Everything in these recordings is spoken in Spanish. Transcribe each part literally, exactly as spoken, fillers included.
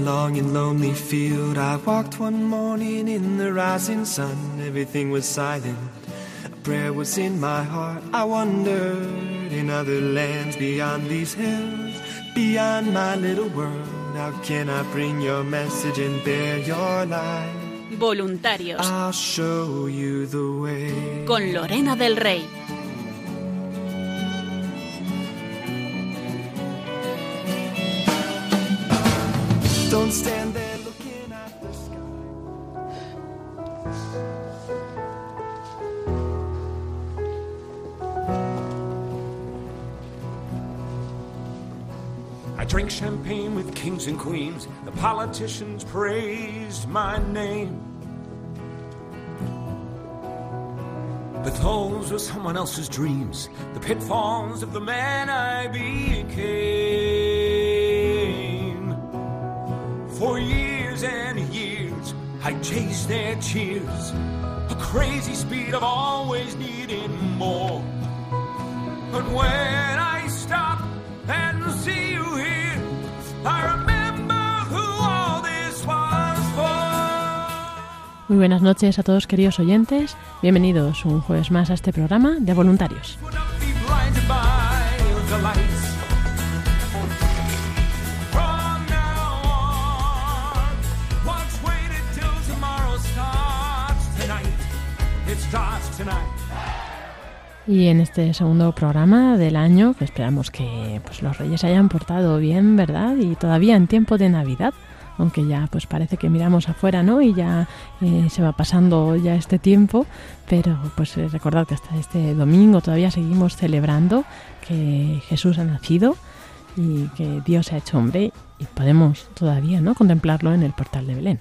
long and lonely field. I walked one morning in the rising sun. Everything was silent. A prayer was in my heart. I wondered, in other lands beyond these hills, beyond my little world, how can I bring your message and bear your light? Voluntarios. I'll show you the way. Con Lorena del Rey. Don't stand there looking at the sky. I drank champagne with kings and queens. The politicians praised my name. But those were someone else's dreams, the pitfalls of the man I became. For years and years, I chased their cheers, a crazy speed of always needing more. But when I stop and see you here, I remember who all this was for. Muy buenas noches a todos, queridos oyentes. Bienvenidos un jueves más a este programa de voluntarios. Y en este segundo programa del año, que esperamos que pues, los Reyes se hayan portado bien, ¿verdad? Y todavía en tiempo de Navidad, aunque ya pues parece que miramos afuera, ¿no? Y ya eh, se va pasando ya este tiempo, pero pues eh, recordad que hasta este domingo todavía seguimos celebrando que Jesús ha nacido y que Dios se ha hecho hombre y podemos todavía, ¿no? Contemplarlo en el portal de Belén.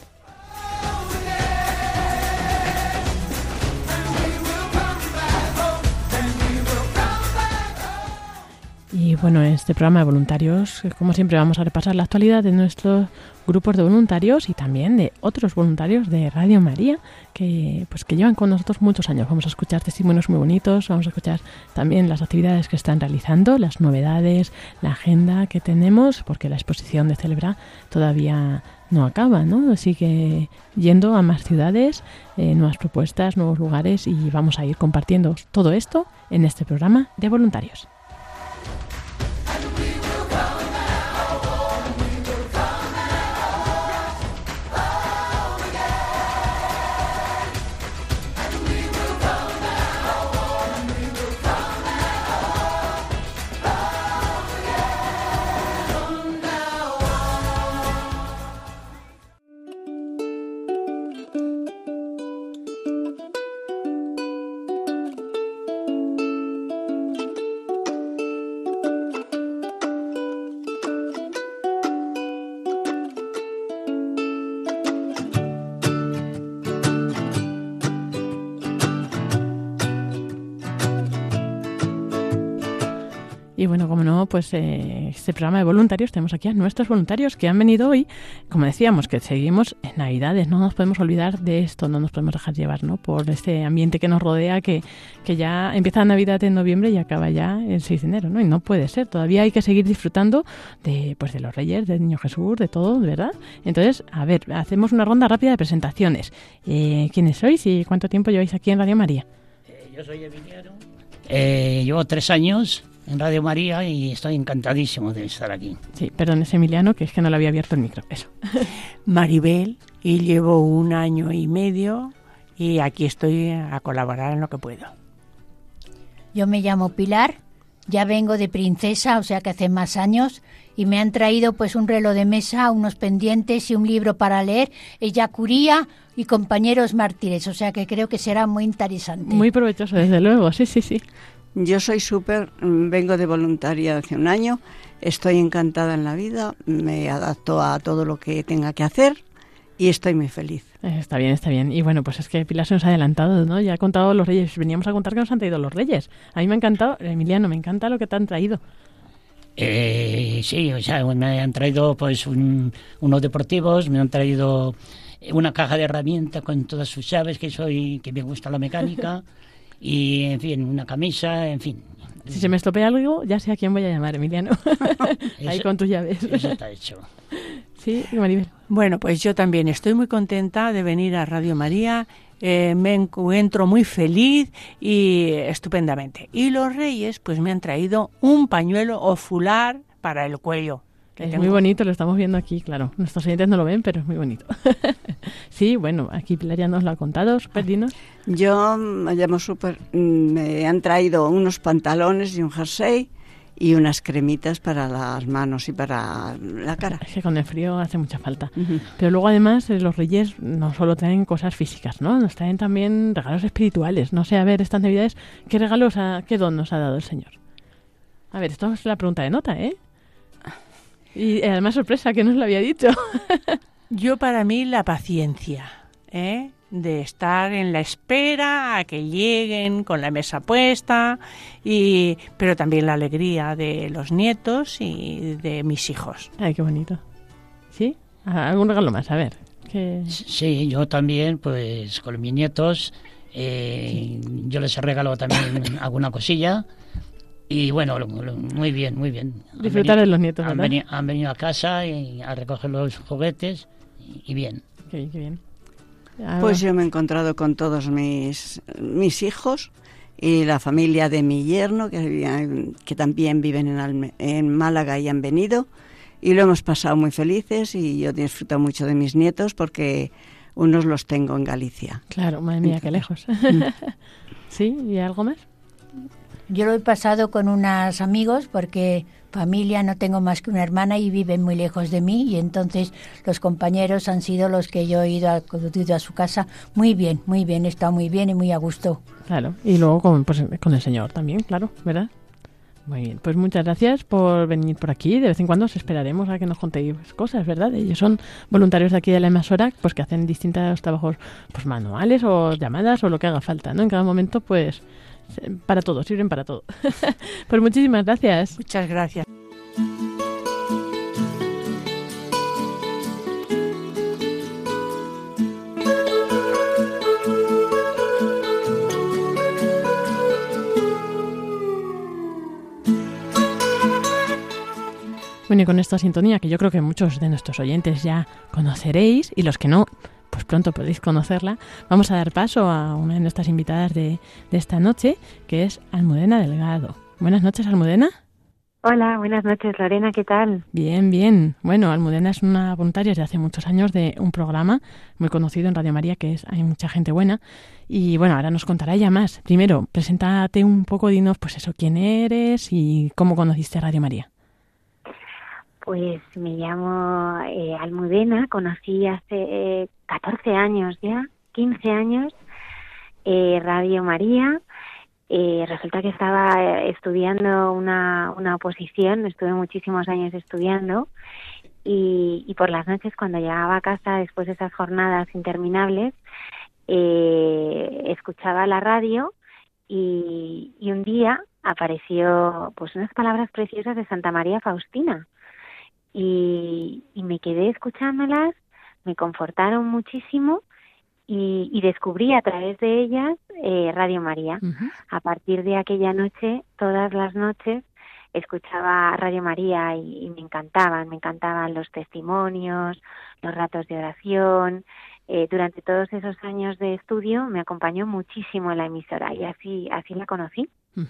Y bueno, en este programa de voluntarios, como siempre, vamos a repasar la actualidad de nuestros grupos de voluntarios y también de otros voluntarios de Radio María que pues que llevan con nosotros muchos años. Vamos a escuchar testimonios muy bonitos, vamos a escuchar también las actividades que están realizando, las novedades, la agenda que tenemos, porque la exposición de Celebra todavía no acaba, ¿no? Sigue yendo a más ciudades, eh, nuevas propuestas, nuevos lugares y vamos a ir compartiendo todo esto en este programa de voluntarios. Y bueno, como no, pues eh, este programa de voluntarios, tenemos aquí a nuestros voluntarios que han venido hoy. Como decíamos, que seguimos en Navidades, no nos podemos olvidar de esto, no nos podemos dejar llevar, ¿no? Por este ambiente que nos rodea, que, que ya empieza la Navidad en noviembre y acaba ya el seis de enero, ¿no? Y no puede ser, todavía hay que seguir disfrutando de, pues, de los Reyes, del Niño Jesús, de todo, ¿verdad? Entonces, a ver, hacemos una ronda rápida de presentaciones. Eh, ¿Quiénes sois y cuánto tiempo lleváis aquí en Radio María? Eh, yo soy Emiliano, eh, llevo tres años en Radio María y estoy encantadísimo de estar aquí. Sí, perdón, es Emiliano, que es que no le había abierto el micro. Eso. Maribel, y llevo un año y medio y aquí estoy a colaborar en lo que puedo. Yo me llamo Pilar, ya vengo de Princesa, o sea que hace más años, y me han traído pues un reloj de mesa, unos pendientes y un libro para leer, Ella Curía y Compañeros Mártires, o sea que creo que será muy interesante. Muy provechoso, desde luego, sí, sí, sí. Yo soy súper, vengo de voluntaria hace un año, estoy encantada en la vida, me adapto a todo lo que tenga que hacer y estoy muy feliz. Está bien, está bien. Y bueno, pues es que Pilar se nos ha adelantado, ¿no? Ya ha contado los Reyes, veníamos a contar que nos han traído los Reyes. A mí me ha encantado, Emiliano, me encanta lo que te han traído. Eh, sí, o sea, me han traído pues un, unos deportivos, me han traído una caja de herramientas con todas sus llaves, que soy, que me gusta la mecánica. Y, en fin, una camisa, en fin, Si se me estropea algo, ya sé a quién voy a llamar, Emiliano. Ahí Eso- con tus llaves. Eso está hecho. Sí, Maribel. Bueno, pues yo también estoy muy contenta de venir a Radio María. Eh, me encuentro muy feliz y estupendamente. Y los Reyes pues me han traído un pañuelo o fular para el cuello. que Es tengo. muy bonito, lo estamos viendo aquí, claro. Nuestros oyentes no lo ven, pero es muy bonito. Sí, bueno, aquí Pilar ya nos lo ha contado. Super, dinos. Yo me llamo súper... Me han traído unos pantalones y un jersey y unas cremitas para las manos y para la cara. Es que con el frío hace mucha falta. Ujú. Pero luego además eh, los Reyes no solo traen cosas físicas, ¿no? Nos traen también regalos espirituales. No sé, a ver, estas Navidades, ¿qué regalos, ha- qué don nos ha dado el Señor? A ver, esto es la pregunta de nota, ¿eh? Y eh, además sorpresa, que nos lo había dicho. Yo para mí la paciencia, ¿eh? De estar en la espera a que lleguen con la mesa puesta, y pero también la alegría de los nietos y de mis hijos. Ay, qué bonito. ¿Sí? Ah, ¿algún regalo más? A ver. Que... Sí, yo también, pues con mis nietos, eh, yo les he regalado también alguna cosilla. Y bueno, lo- lo- muy bien, muy bien. Han Disfrutar venido- de los nietos, han ¿verdad? veni- han venido a casa y a recoger los juguetes y, y bien. Qué bien, qué bien. Ah, Pues yo me he encontrado con todos mis, mis hijos y la familia de mi yerno, que, vivían- que también viven en, Alme- en Málaga y han venido. Y lo hemos pasado muy felices y yo disfruto mucho de mis nietos porque unos los tengo en Galicia. Claro, madre mía, qué lejos. ¿Sí? ¿Y algo más? Yo lo he pasado con unos amigos porque familia no tengo más que una hermana y viven muy lejos de mí, y entonces los compañeros han sido los que yo he ido a, he ido a su casa. Muy bien, muy bien, he estado muy bien y muy a gusto. Claro. Y luego con, pues, con el Señor también, claro, ¿verdad? Muy bien, pues muchas gracias por venir por aquí. De vez en cuando os esperaremos a que nos contéis cosas, ¿verdad? Ellos son voluntarios de aquí de la emisora, pues que hacen distintos trabajos, pues manuales o llamadas o lo que haga falta, ¿no? En cada momento, pues para todo, sirven para todo. Pues muchísimas gracias. Muchas gracias. Bueno, y con esta sintonía que yo creo que muchos de nuestros oyentes ya conoceréis, y los que no, pues pronto podéis conocerla, vamos a dar paso a una de nuestras invitadas de, de esta noche, que es Almudena Delgado. Buenas noches, Almudena. Hola, buenas noches, Lorena, ¿qué tal? Bien, bien. Bueno, Almudena es una voluntaria desde hace muchos años de un programa muy conocido en Radio María, que es Hay mucha gente buena. Y bueno, ahora nos contará ella más. Primero, preséntate un poco, dinos pues eso, quién eres y cómo conociste Radio María. Pues me llamo eh, Almudena, conocí hace eh, catorce años ya, quince años, eh, Radio María. Eh, resulta que estaba estudiando una, una oposición, estuve muchísimos años estudiando, y, y por las noches cuando llegaba a casa después de esas jornadas interminables, eh, escuchaba la radio y, y un día apareció pues unas palabras preciosas de Santa María Faustina. Y, y me quedé escuchándolas, me confortaron muchísimo y, y descubrí a través de ellas eh, Radio María. Uh-huh. A partir de aquella noche, todas las noches, escuchaba Radio María y, y me encantaban, me encantaban los testimonios, los ratos de oración. Eh, durante todos esos años de estudio me acompañó muchísimo en la emisora y así, así la conocí. Uh-huh.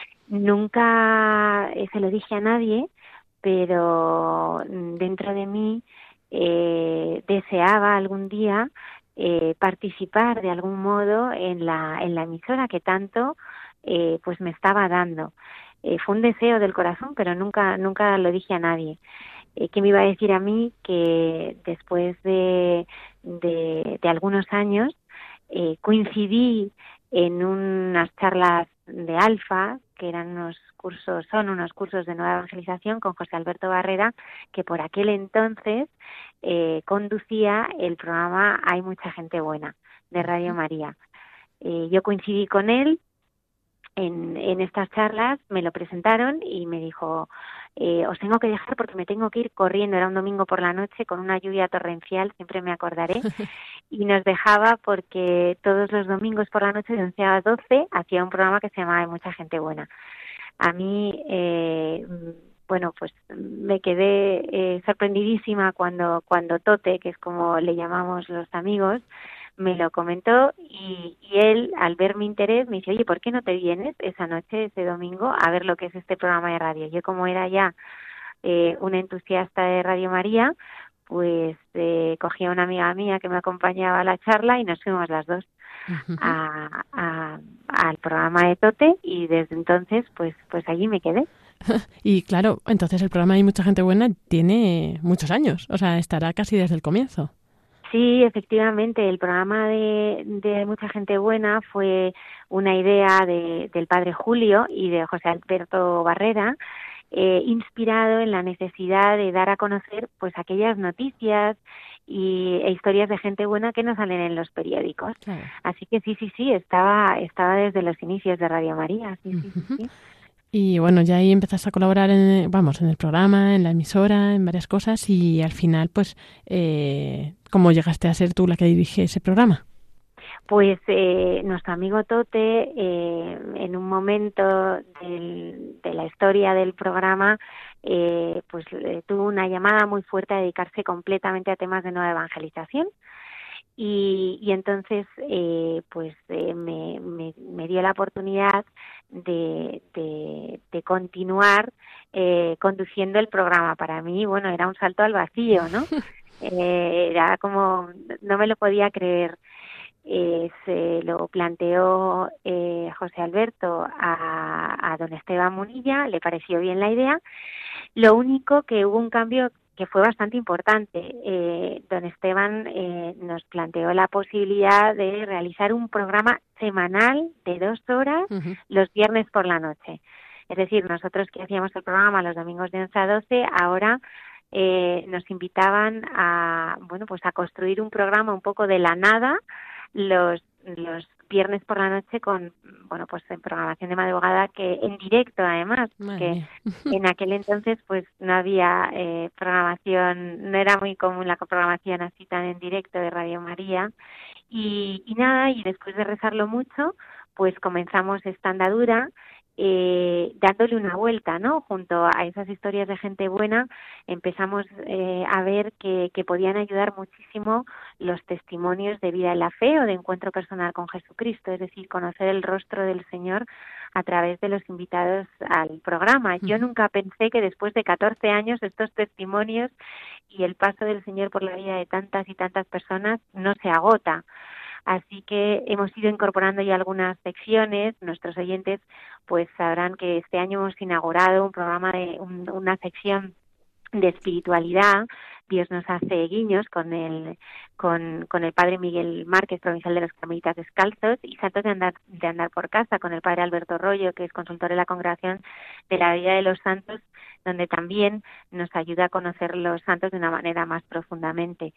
Nunca eh, se lo dije a nadie, pero dentro de mí eh, deseaba algún día eh, participar de algún modo en la en la emisora que tanto eh, pues me estaba dando. Eh, fue un deseo del corazón, pero nunca nunca lo dije a nadie. Eh, ¿Qué me iba a decir a mí que después de de, de algunos años eh, coincidí en unas charlas de Alfa, que eran unos cursos, son unos cursos de nueva evangelización con José Alberto Barrera, que por aquel entonces eh, conducía el programa Hay mucha gente buena, de Radio María. Eh, yo coincidí con él en, en estas charlas, me lo presentaron y me dijo, eh, os tengo que dejar porque me tengo que ir corriendo, era un domingo por la noche con una lluvia torrencial, siempre me acordaré, y nos dejaba porque todos los domingos por la noche de once a doce hacía un programa que se llamaba Hay mucha gente buena. A mí, eh, bueno, pues me quedé eh, sorprendidísima cuando, cuando Tote, que es como le llamamos los amigos, me lo comentó y, y él, al ver mi interés, me dice, oye, ¿por qué no te vienes esa noche, ese domingo, a ver lo que es este programa de radio? Yo, como era ya eh, una entusiasta de Radio María, pues eh, cogí a una amiga mía que me acompañaba a la charla y nos fuimos las dos uh-huh. a, a, al programa de Tote, y desde entonces, pues, pues allí me quedé. Y claro, entonces el programa Hay Mucha Gente Buena tiene muchos años, o sea, estará casi desde el comienzo. Sí, efectivamente, el programa de, de Mucha Gente Buena fue una idea de, del padre Julio y de José Alberto Barrera, eh, inspirado en la necesidad de dar a conocer pues aquellas noticias y e historias de gente buena que no salen en los periódicos. Claro. Así que sí, sí, sí, estaba estaba desde los inicios de Radio María. Sí, sí, sí, sí. Y bueno, ya ahí empezaste a colaborar en, vamos, en el programa, en la emisora, en varias cosas, y al final, pues, eh, ¿cómo llegaste a ser tú la que dirige ese programa? Pues eh, nuestro amigo Tote, eh, en un momento del, de la historia del programa, eh, pues eh, tuvo una llamada muy fuerte a dedicarse completamente a temas de nueva evangelización. Y, y entonces, eh, pues eh, me, me, me dio la oportunidad de, de, de continuar eh, conduciendo el programa. Para mí, bueno, era un salto al vacío, ¿no? Eh, era como, no me lo podía creer. Eh, se lo planteó eh, José Alberto a, a don Esteban Munilla, le pareció bien la idea. Lo único que hubo un cambio que fue bastante importante. Eh, don Esteban eh, nos planteó la posibilidad de realizar un programa semanal de dos horas uh-huh. los viernes por la noche. Es decir, nosotros que hacíamos el programa los domingos de once a doce, ahora eh, nos invitaban a, bueno, pues a construir un programa un poco de la nada los los viernes por la noche con, bueno, pues en programación de madrugada, que en directo además, que en aquel entonces pues no había eh, programación, no era muy común la programación así tan en directo de Radio María, y, y nada, y después de rezarlo mucho, pues comenzamos esta andadura, eh, dándole una vuelta, ¿no? Junto a esas historias de gente buena, empezamos eh, a ver que, que podían ayudar muchísimo los testimonios de vida en la fe o de encuentro personal con Jesucristo, es decir, conocer el rostro del Señor a través de los invitados al programa. Yo nunca pensé que después de catorce años estos testimonios y el paso del Señor por la vida de tantas y tantas personas no se agota. Así que hemos ido incorporando ya algunas secciones. Nuestros oyentes pues sabrán que este año hemos inaugurado un programa de un, una sección de espiritualidad. Dios nos hace guiños con el con, con el padre Miguel Márquez, provincial de los Carmelitas Descalzos, y Santos de andar de andar por casa con el padre Alberto Rollo, que es consultor de la Congregación de la Vida de los Santos, donde también nos ayuda a conocer los santos de una manera más profundamente.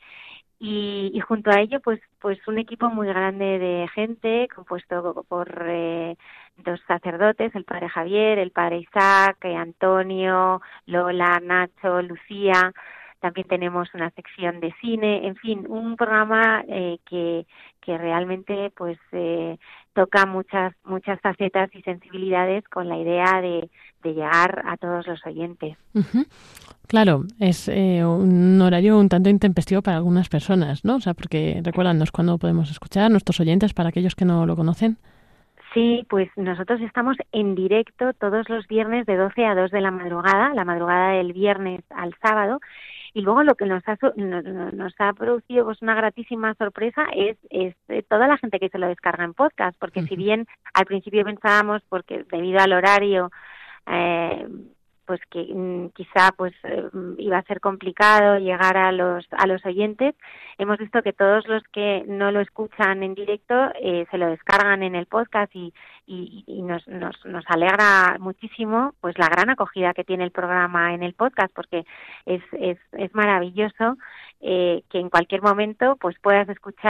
Y, y junto a ello, pues pues un equipo muy grande de gente, compuesto por eh, dos sacerdotes, el padre Javier, el padre Isaac, eh, Antonio, Lola, Nacho, Lucía. También tenemos una sección de cine, en fin, un programa eh, que que realmente pues eh, toca muchas muchas facetas y sensibilidades con la idea de, de llegar a todos los oyentes. Uh-huh. Claro, es eh, un horario un tanto intempestivo para algunas personas, ¿no? O sea, porque recuérdanos cuándo podemos escuchar, nuestros oyentes, para aquellos que no lo conocen. Sí, pues nosotros estamos en directo todos los viernes de doce a dos de la madrugada, la madrugada del viernes al sábado. Y luego lo que nos ha nos, nos ha producido pues una gratísima sorpresa es, es toda la gente que se lo descarga en podcast, porque uh-huh. si bien al principio pensábamos, porque debido al horario, eh, pues que mm, quizá pues eh, iba a ser complicado llegar a los a los oyentes, hemos visto que todos los que no lo escuchan en directo eh, se lo descargan en el podcast y, y, y nos, nos nos alegra muchísimo pues la gran acogida que tiene el programa en el podcast, porque es es es maravilloso eh, que en cualquier momento pues puedas escuchar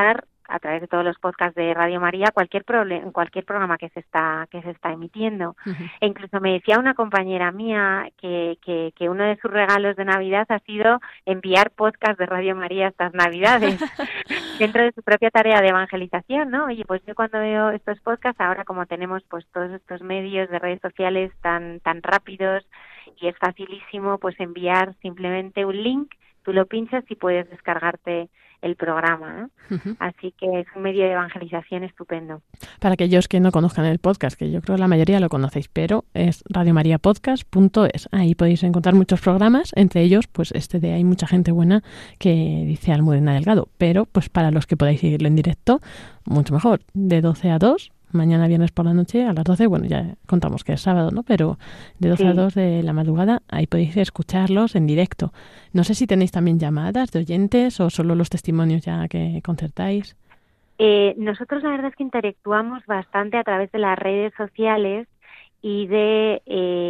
a través de todos los podcasts de Radio María cualquier problem, cualquier programa que se está que se está emitiendo. Uh-huh. E incluso me decía una compañera mía que, que, que uno de sus regalos de Navidad ha sido enviar podcasts de Radio María estas Navidades dentro de su propia tarea de evangelización, ¿no? Oye, pues yo cuando veo estos podcasts, ahora como tenemos pues todos estos medios de redes sociales tan tan rápidos y es facilísimo pues enviar simplemente un link, tú lo pinchas y puedes descargarte el programa, ¿eh? Uh-huh. Así que es un medio de evangelización estupendo. Para aquellos que no conozcan el podcast, que yo creo que la mayoría lo conocéis, pero es radio maria podcast punto es. Ahí podéis encontrar muchos programas, entre ellos pues este de Hay mucha gente buena que dice Almudena Delgado, pero pues para los que podáis seguirlo en directo, mucho mejor, de doce a dos, mañana viernes por la noche a las doce, bueno, ya contamos que es sábado, ¿no? Pero de doce sí. a dos de la madrugada, ahí podéis escucharlos en directo. No sé si tenéis también llamadas de oyentes o solo los testimonios ya que concertáis. Eh, nosotros la verdad es que interactuamos bastante a través de las redes sociales y de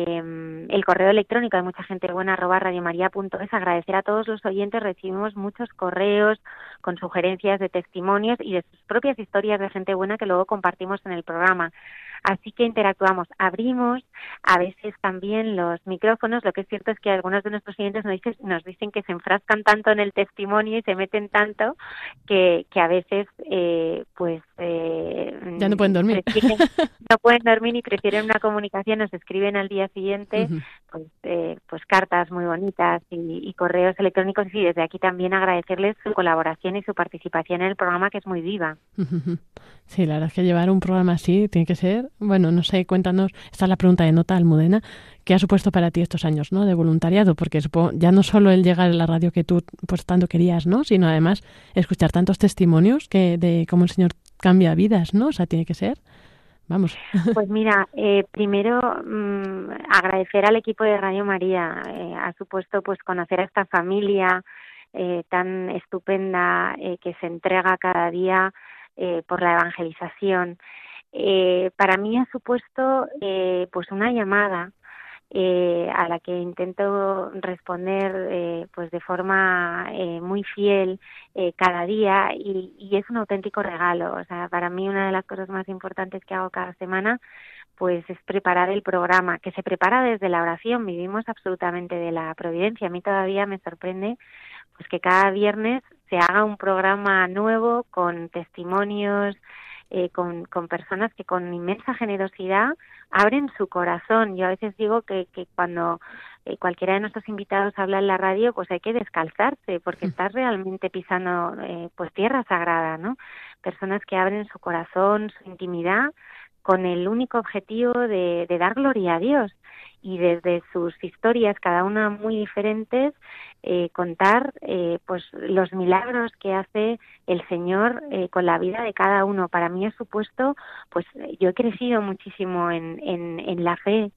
eh, el correo electrónico de mucha gente buena arroba radiomaria punto es. Agradecer a todos los oyentes, recibimos muchos correos con sugerencias de testimonios y de sus propias historias de gente buena que luego compartimos en el programa. Así que interactuamos, abrimos a veces también los micrófonos. Lo que es cierto es que algunos de nuestros oyentes nos dicen, nos dicen que se enfrascan tanto en el testimonio y se meten tanto que, que a veces eh, pues eh, ya no pueden dormir prefieren, no pueden dormir y prefieren una comunicación, nos escriben al día siguiente uh-huh. pues, eh, pues cartas muy bonitas y, y correos electrónicos, y desde aquí también agradecerles su colaboración y su participación en el programa, que es muy viva. Uh-huh. Sí, la verdad es que llevar un programa así tiene que ser, bueno, no sé, cuéntanos, esta es la pregunta de nota, Almudena, ¿qué ha supuesto para ti estos años, ¿no?, de voluntariado? Porque supongo, ya no solo el llegar a la radio que tú pues tanto querías, ¿no?, sino además escuchar tantos testimonios que de cómo el Señor cambia vidas, ¿no? O sea, tiene que ser, vamos. Pues mira, eh, primero mmm, agradecer al equipo de Radio María, eh, ha supuesto pues conocer a esta familia eh, tan estupenda eh, que se entrega cada día eh, por la evangelización. Eh, para mí ha supuesto eh, pues una llamada eh, a la que intento responder eh, pues de forma eh, muy fiel eh, cada día, y, y es un auténtico regalo. O sea, para mí una de las cosas más importantes que hago cada semana pues es preparar el programa, que se prepara desde la oración. Vivimos absolutamente de la providencia. A mí todavía me sorprende pues que cada viernes se haga un programa nuevo con testimonios, Eh, con, con personas que con inmensa generosidad abren su corazón. Yo a veces digo que, que cuando eh, cualquiera de nuestros invitados habla en la radio, pues hay que descalzarse, porque estás realmente pisando eh, pues tierra sagrada, ¿no? Personas que abren su corazón, su intimidad, con el único objetivo de, de dar gloria a Dios, y desde sus historias, cada una muy diferentes, eh, contar eh, pues los milagros que hace el Señor eh, con la vida de cada uno. Para mí ha supuesto, pues yo he crecido muchísimo en, en, en la fe,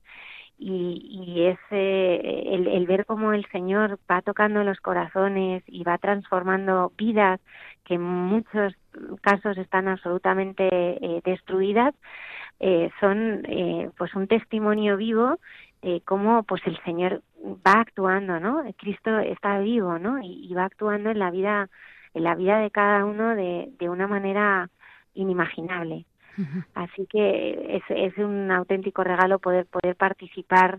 y, y es eh, el, el ver cómo el Señor va tocando los corazones y va transformando vidas que en muchos casos están absolutamente eh, destruidas. Eh, son eh, pues un testimonio vivo eh, cómo pues el Señor va actuando, ¿no? Cristo está vivo, ¿no? Y, y va actuando en la vida en la vida de cada uno de, de una manera inimaginable. Uh-huh. Así que es, es un auténtico regalo poder poder participar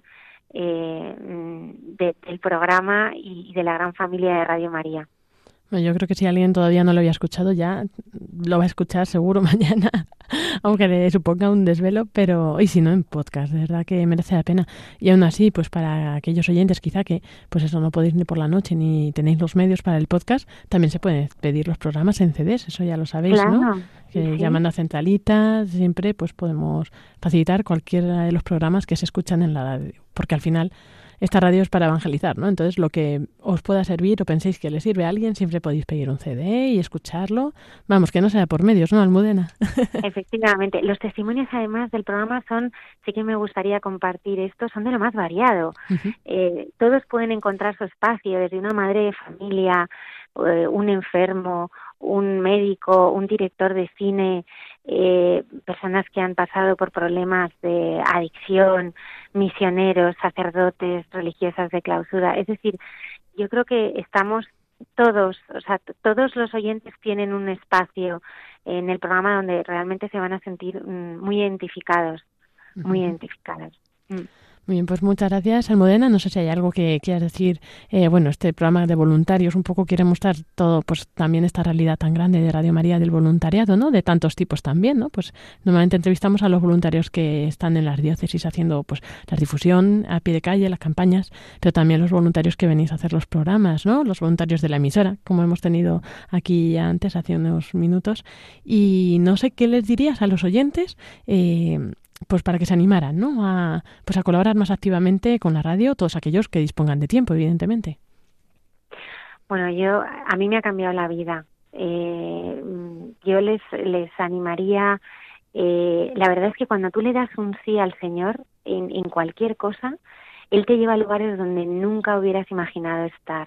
eh, de, del programa y de la gran familia de Radio María. Yo creo que si alguien todavía no lo había escuchado, ya lo va a escuchar seguro mañana, aunque le suponga un desvelo, pero y si no, en podcast, de verdad que merece la pena. Y aún así, pues para aquellos oyentes quizá que, pues eso, no podéis ni por la noche ni tenéis los medios para el podcast, también se pueden pedir los programas en C Ds, eso ya lo sabéis, claro, ¿no? Que sí. Llamando a Centralita siempre pues podemos facilitar cualquiera de los programas que se escuchan en la radio, porque al final esta radio es para evangelizar, ¿no? Entonces, lo que os pueda servir o penséis que le sirve a alguien, siempre podéis pedir un C D y escucharlo. Vamos, que no sea por medios, ¿no, Almudena? Efectivamente. Los testimonios, además del programa, son, sí que me gustaría compartir esto, son de lo más variado. Uh-huh. Eh, todos pueden encontrar su espacio, desde una madre de familia, eh, un enfermo, un médico, un director de cine, eh, personas que han pasado por problemas de adicción, misioneros, sacerdotes, religiosas de clausura. Es decir, yo creo que estamos todos, o sea, t- todos los oyentes tienen un espacio en el programa donde realmente se van a sentir mm, muy identificados, muy Ujú. identificadas. Mm. Muy bien, pues muchas gracias, Almudena. No sé si hay algo que quieras decir. Eh, bueno, este programa de voluntarios un poco quiere mostrar todo, pues también esta realidad tan grande de Radio María del voluntariado, ¿no? De tantos tipos también, ¿no? Pues normalmente entrevistamos a los voluntarios que están en las diócesis haciendo, pues, la difusión a pie de calle, las campañas, pero también los voluntarios que venís a hacer los programas, ¿no? Los voluntarios de la emisora, como hemos tenido aquí antes, hace unos minutos. Y no sé qué les dirías a los oyentes, eh, pues para que se animaran, ¿no? A, pues a colaborar más activamente con la radio, todos aquellos que dispongan de tiempo, evidentemente. Bueno, yo a mí me ha cambiado la vida. Eh, yo les les animaría. Eh, la verdad es que cuando tú le das un sí al Señor en, en cualquier cosa, Él te lleva a lugares donde nunca hubieras imaginado estar.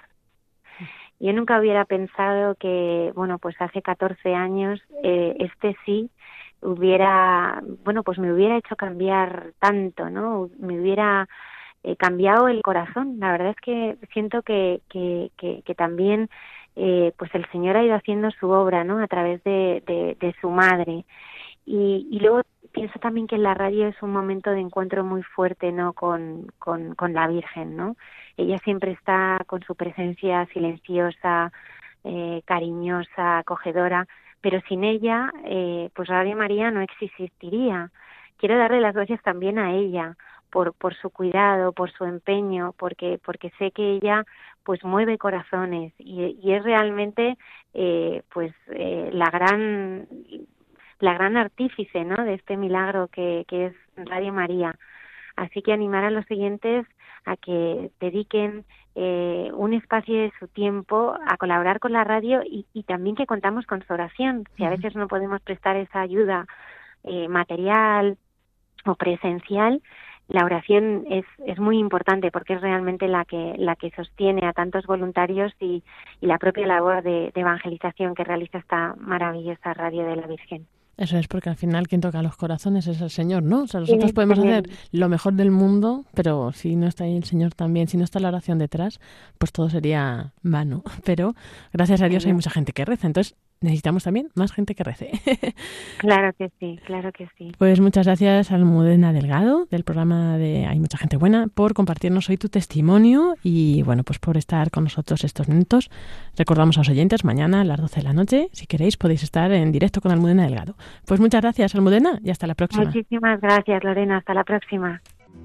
Yo nunca hubiera pensado que, bueno, pues hace catorce años eh, este sí hubiera, bueno, pues me hubiera hecho cambiar tanto, ¿no? Me hubiera eh, cambiado el corazón. La verdad es que siento que, que, que, que también eh, pues el Señor ha ido haciendo su obra, ¿no? A través de, de, de su madre. Y, y luego pienso también que la radio es un momento de encuentro muy fuerte, ¿no? Con, con, con la Virgen, ¿no? Ella siempre está con su presencia silenciosa, eh, cariñosa, acogedora, pero sin ella, eh, pues Radio María no existiría. Quiero darle las gracias también a ella por por su cuidado, por su empeño, porque porque sé que ella pues mueve corazones y, y es realmente eh, pues eh, la gran la gran artífice, ¿no? De este milagro que, que es Radio María. Así que animar a los oyentes a que dediquen eh, un espacio de su tiempo a colaborar con la radio y, y también que contamos con su oración. Si a veces no podemos prestar esa ayuda eh, material o presencial, la oración es, es muy importante porque es realmente la que la que sostiene a tantos voluntarios y, y la propia labor de, de evangelización que realiza esta maravillosa Radio de la Virgen. Eso es, porque al final quien toca los corazones es el Señor, ¿no? O sea, nosotros podemos hacer lo mejor del mundo, pero si no está ahí el Señor también, si no está la oración detrás, pues todo sería vano. Pero gracias a Dios hay mucha gente que reza, entonces necesitamos también más gente que rece. Claro que sí, claro que sí. Pues muchas gracias, Almudena Delgado, del programa de Hay Mucha Gente Buena, por compartirnos hoy tu testimonio y, bueno, pues por estar con nosotros estos minutos. Recordamos a los oyentes, mañana a las doce de la noche, si queréis, podéis estar en directo con Almudena Delgado. Pues muchas gracias, Almudena, y hasta la próxima. Muchísimas gracias, Lorena. Hasta la próxima.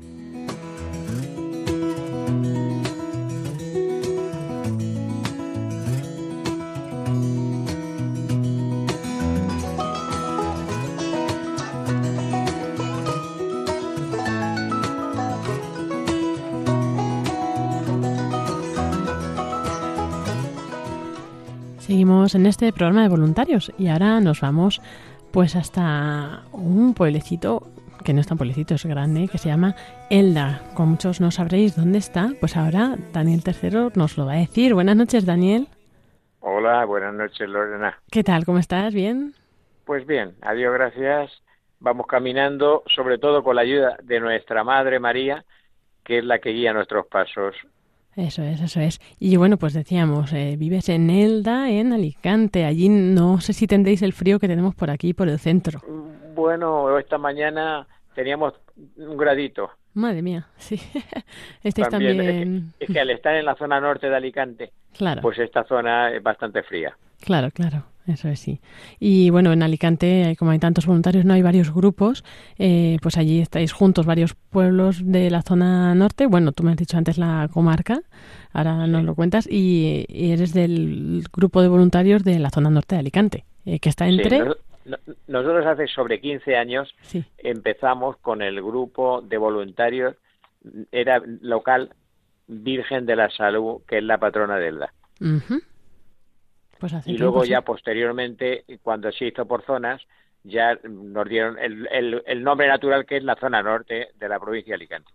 Seguimos en este programa de voluntarios y ahora nos vamos pues hasta un pueblecito, que no es tan pueblecito, es grande, que se llama Elda. Como muchos no sabréis dónde está, pues ahora Daniel tercero nos lo va a decir. Buenas noches, Daniel. Hola, buenas noches, Lorena. ¿Qué tal? ¿Cómo estás? ¿Bien? Pues bien, a Dios gracias. Vamos caminando, sobre todo con la ayuda de nuestra Madre María, que es la que guía nuestros pasos. Eso es, eso es. Y bueno, pues decíamos, eh, vives en Elda, en Alicante. Allí no sé si tendréis el frío que tenemos por aquí, por el centro. Bueno, esta mañana teníamos un gradito. Madre mía, sí. Estáis también. también... Es que, es que al estar en la zona norte de Alicante, claro, pues esta zona es bastante fría. Claro, claro. Eso es, sí. Y bueno, en Alicante, como hay tantos voluntarios, no hay varios grupos, eh, pues allí estáis juntos varios pueblos de la zona norte. Bueno, tú me has dicho antes la comarca, ahora nos lo cuentas, y, y eres del grupo de voluntarios de la zona norte de Alicante, eh, que está entre... Sí, no, no, nosotros hace sobre quince años sí. empezamos con el grupo de voluntarios, era local, Virgen de la Salud, que es la patrona de Elda. Uh-huh. Pues y luego ya posteriormente, cuando se hizo por zonas, ya nos dieron el, el, el nombre natural, que es la zona norte de la provincia de Alicante.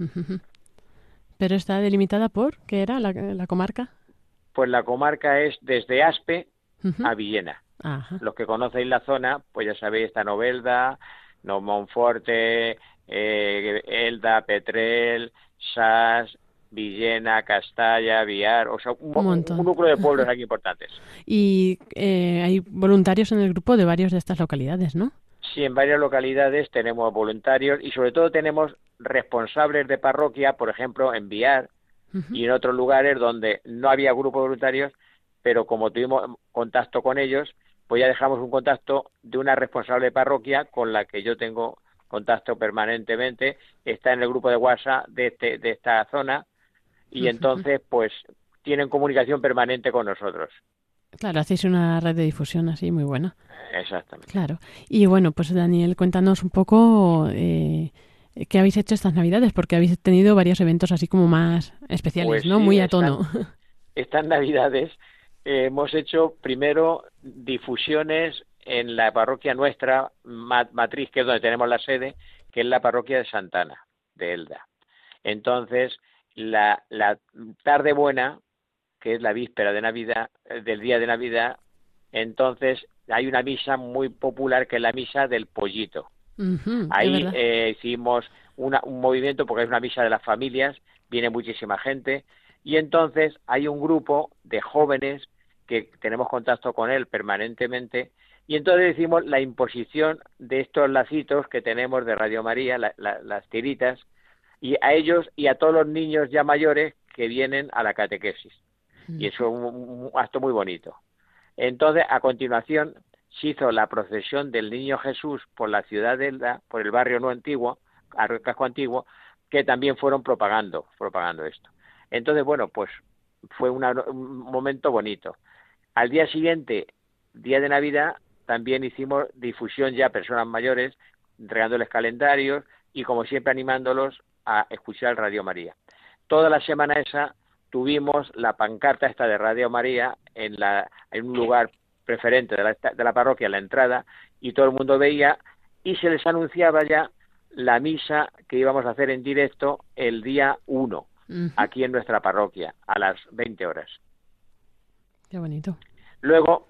¿Pero está delimitada por qué era la, la comarca? Pues la comarca es desde Aspe uh-huh. a Villena. Ajá. Los que conocéis la zona, pues ya sabéis, está Novelda, No Monforte, eh, Elda, Petrel, Sas, Villena, Castalla, Viar, o sea, un, Un montón. un núcleo de pueblos aquí importantes. Y eh, hay voluntarios en el grupo de varias de estas localidades, ¿no? Sí, en varias localidades tenemos voluntarios y sobre todo tenemos responsables de parroquia, por ejemplo, en Viar uh-huh. y en otros lugares donde no había grupo de voluntarios, pero como tuvimos contacto con ellos, pues ya dejamos un contacto de una responsable de parroquia con la que yo tengo contacto permanentemente, está en el grupo de WhatsApp de, este, de esta zona y uh-huh. entonces pues tienen comunicación permanente con nosotros. Claro, hacéis una red de difusión así muy buena. Exactamente. Claro. Y bueno, pues Daniel, cuéntanos un poco eh, qué habéis hecho estas Navidades, porque habéis tenido varios eventos así como más especiales, pues ¿no? Sí, muy a tono. Estas, estas Navidades eh, hemos hecho primero difusiones en la parroquia nuestra matriz, que es donde tenemos la sede, que es la parroquia de Santana, de Elda. Entonces, la, la tarde buena, que es la víspera de Navidad, del día de Navidad, entonces hay una misa muy popular que es la misa del pollito. Uh-huh, Ahí eh, hicimos una, un movimiento porque es una misa de las familias, viene muchísima gente, y entonces hay un grupo de jóvenes que tenemos contacto con él permanentemente, y entonces hicimos la imposición de estos lacitos que tenemos de Radio María, la, la, las tiritas, y a ellos y a todos los niños ya mayores que vienen a la catequesis. Y eso es un, un acto muy bonito. Entonces, a continuación, se hizo la procesión del Niño Jesús por la ciudad de Elda, por el barrio no antiguo, el casco antiguo, que también fueron propagando, propagando esto. Entonces, bueno, pues fue una, un momento bonito. Al día siguiente, día de Navidad, también hicimos difusión ya a personas mayores, entregándoles calendarios y, como siempre, animándolos a escuchar Radio María. Toda la semana esa tuvimos la pancarta esta de Radio María en, la, en un lugar preferente de la, de la parroquia, en la entrada, y todo el mundo veía y se les anunciaba ya la misa que íbamos a hacer en directo el día uno, uh-huh. aquí en nuestra parroquia, a las veinte horas. Qué bonito. Luego,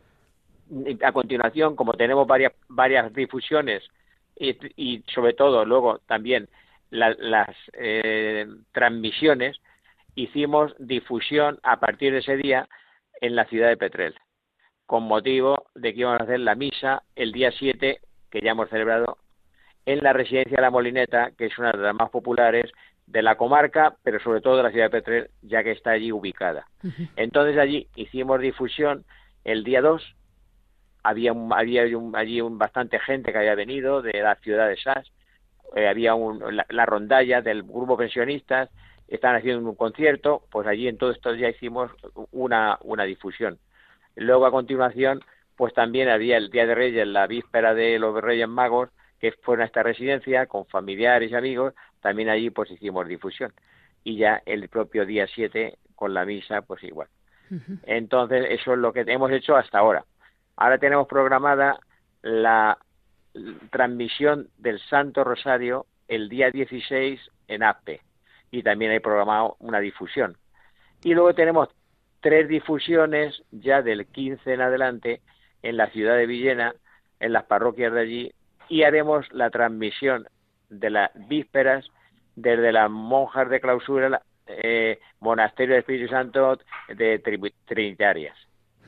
a continuación, como tenemos varias, varias difusiones y, y sobre todo luego también la, las eh, transmisiones, hicimos difusión a partir de ese día en la ciudad de Petrel, con motivo de que íbamos a hacer la misa el día siete, que ya hemos celebrado, en la residencia de La Molineta, que es una de las más populares de la comarca, pero sobre todo de la ciudad de Petrel, ya que está allí ubicada. Uh-huh. Entonces allí hicimos difusión el día dos, había, un, había un, allí un, bastante gente que había venido de la ciudad de Sas, eh, había un, la, la rondalla del grupo pensionistas, estaban haciendo un concierto, pues allí en todo esto ya hicimos una, una difusión. Luego, a continuación, pues también había el Día de Reyes, la víspera de los Reyes Magos, que fueron a esta residencia con familiares y amigos, también allí pues hicimos difusión. Y ya el propio día siete, con la misa, pues igual. Uh-huh. Entonces, eso es lo que hemos hecho hasta ahora. Ahora tenemos programada la transmisión del Santo Rosario el día dieciséis en A P E. Y también hay programado una difusión. Y luego tenemos tres difusiones ya del quince en adelante en la ciudad de Villena, en las parroquias de allí, y haremos la transmisión de las vísperas desde las monjas de clausura, eh, Monasterio del Espíritu Santo de tri- Trinitarias.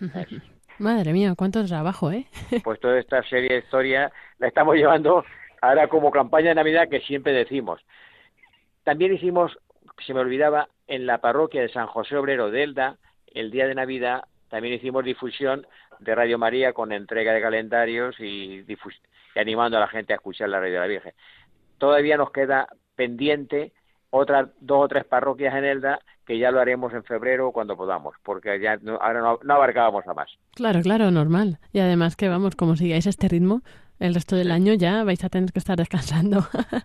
Madre mía, cuánto trabajo, ¿eh? Pues toda esta serie de historias la estamos llevando ahora como campaña de Navidad, que siempre decimos. También hicimos, se me olvidaba, en la parroquia de San José Obrero de Elda, el día de Navidad, también hicimos difusión de Radio María con entrega de calendarios y, difus- y animando a la gente a escuchar la Radio de la Virgen. Todavía nos queda pendiente otras dos o tres parroquias en Elda, que ya lo haremos en febrero cuando podamos, porque ya no, ahora no, no abarcábamos a más. Claro, claro, normal. Y además que, vamos, como sigáis este ritmo, el resto del año ya vais a tener que estar descansando.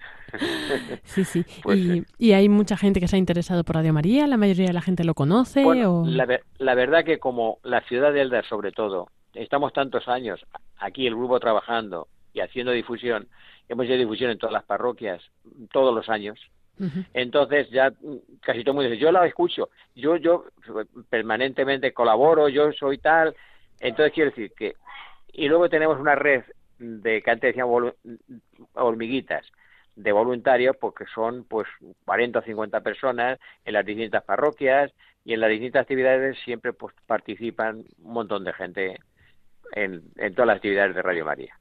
Sí, sí. Pues y, sí. y hay mucha gente que se ha interesado por Radio María, la mayoría de la gente lo conoce. Bueno, o... la, la verdad que como la ciudad de Elda, sobre todo, estamos tantos años aquí el grupo trabajando y haciendo difusión, hemos hecho difusión en todas las parroquias, todos los años. Uh-huh. Entonces ya casi todo el mundo dice, yo la escucho, yo yo permanentemente colaboro, yo soy tal. Entonces quiero decir que... Y luego tenemos una red de que antes decíamos hormiguitas, de voluntarios, porque son pues cuarenta o cincuenta personas en las distintas parroquias, y en las distintas actividades siempre pues participan un montón de gente en, en todas las actividades de Radio María.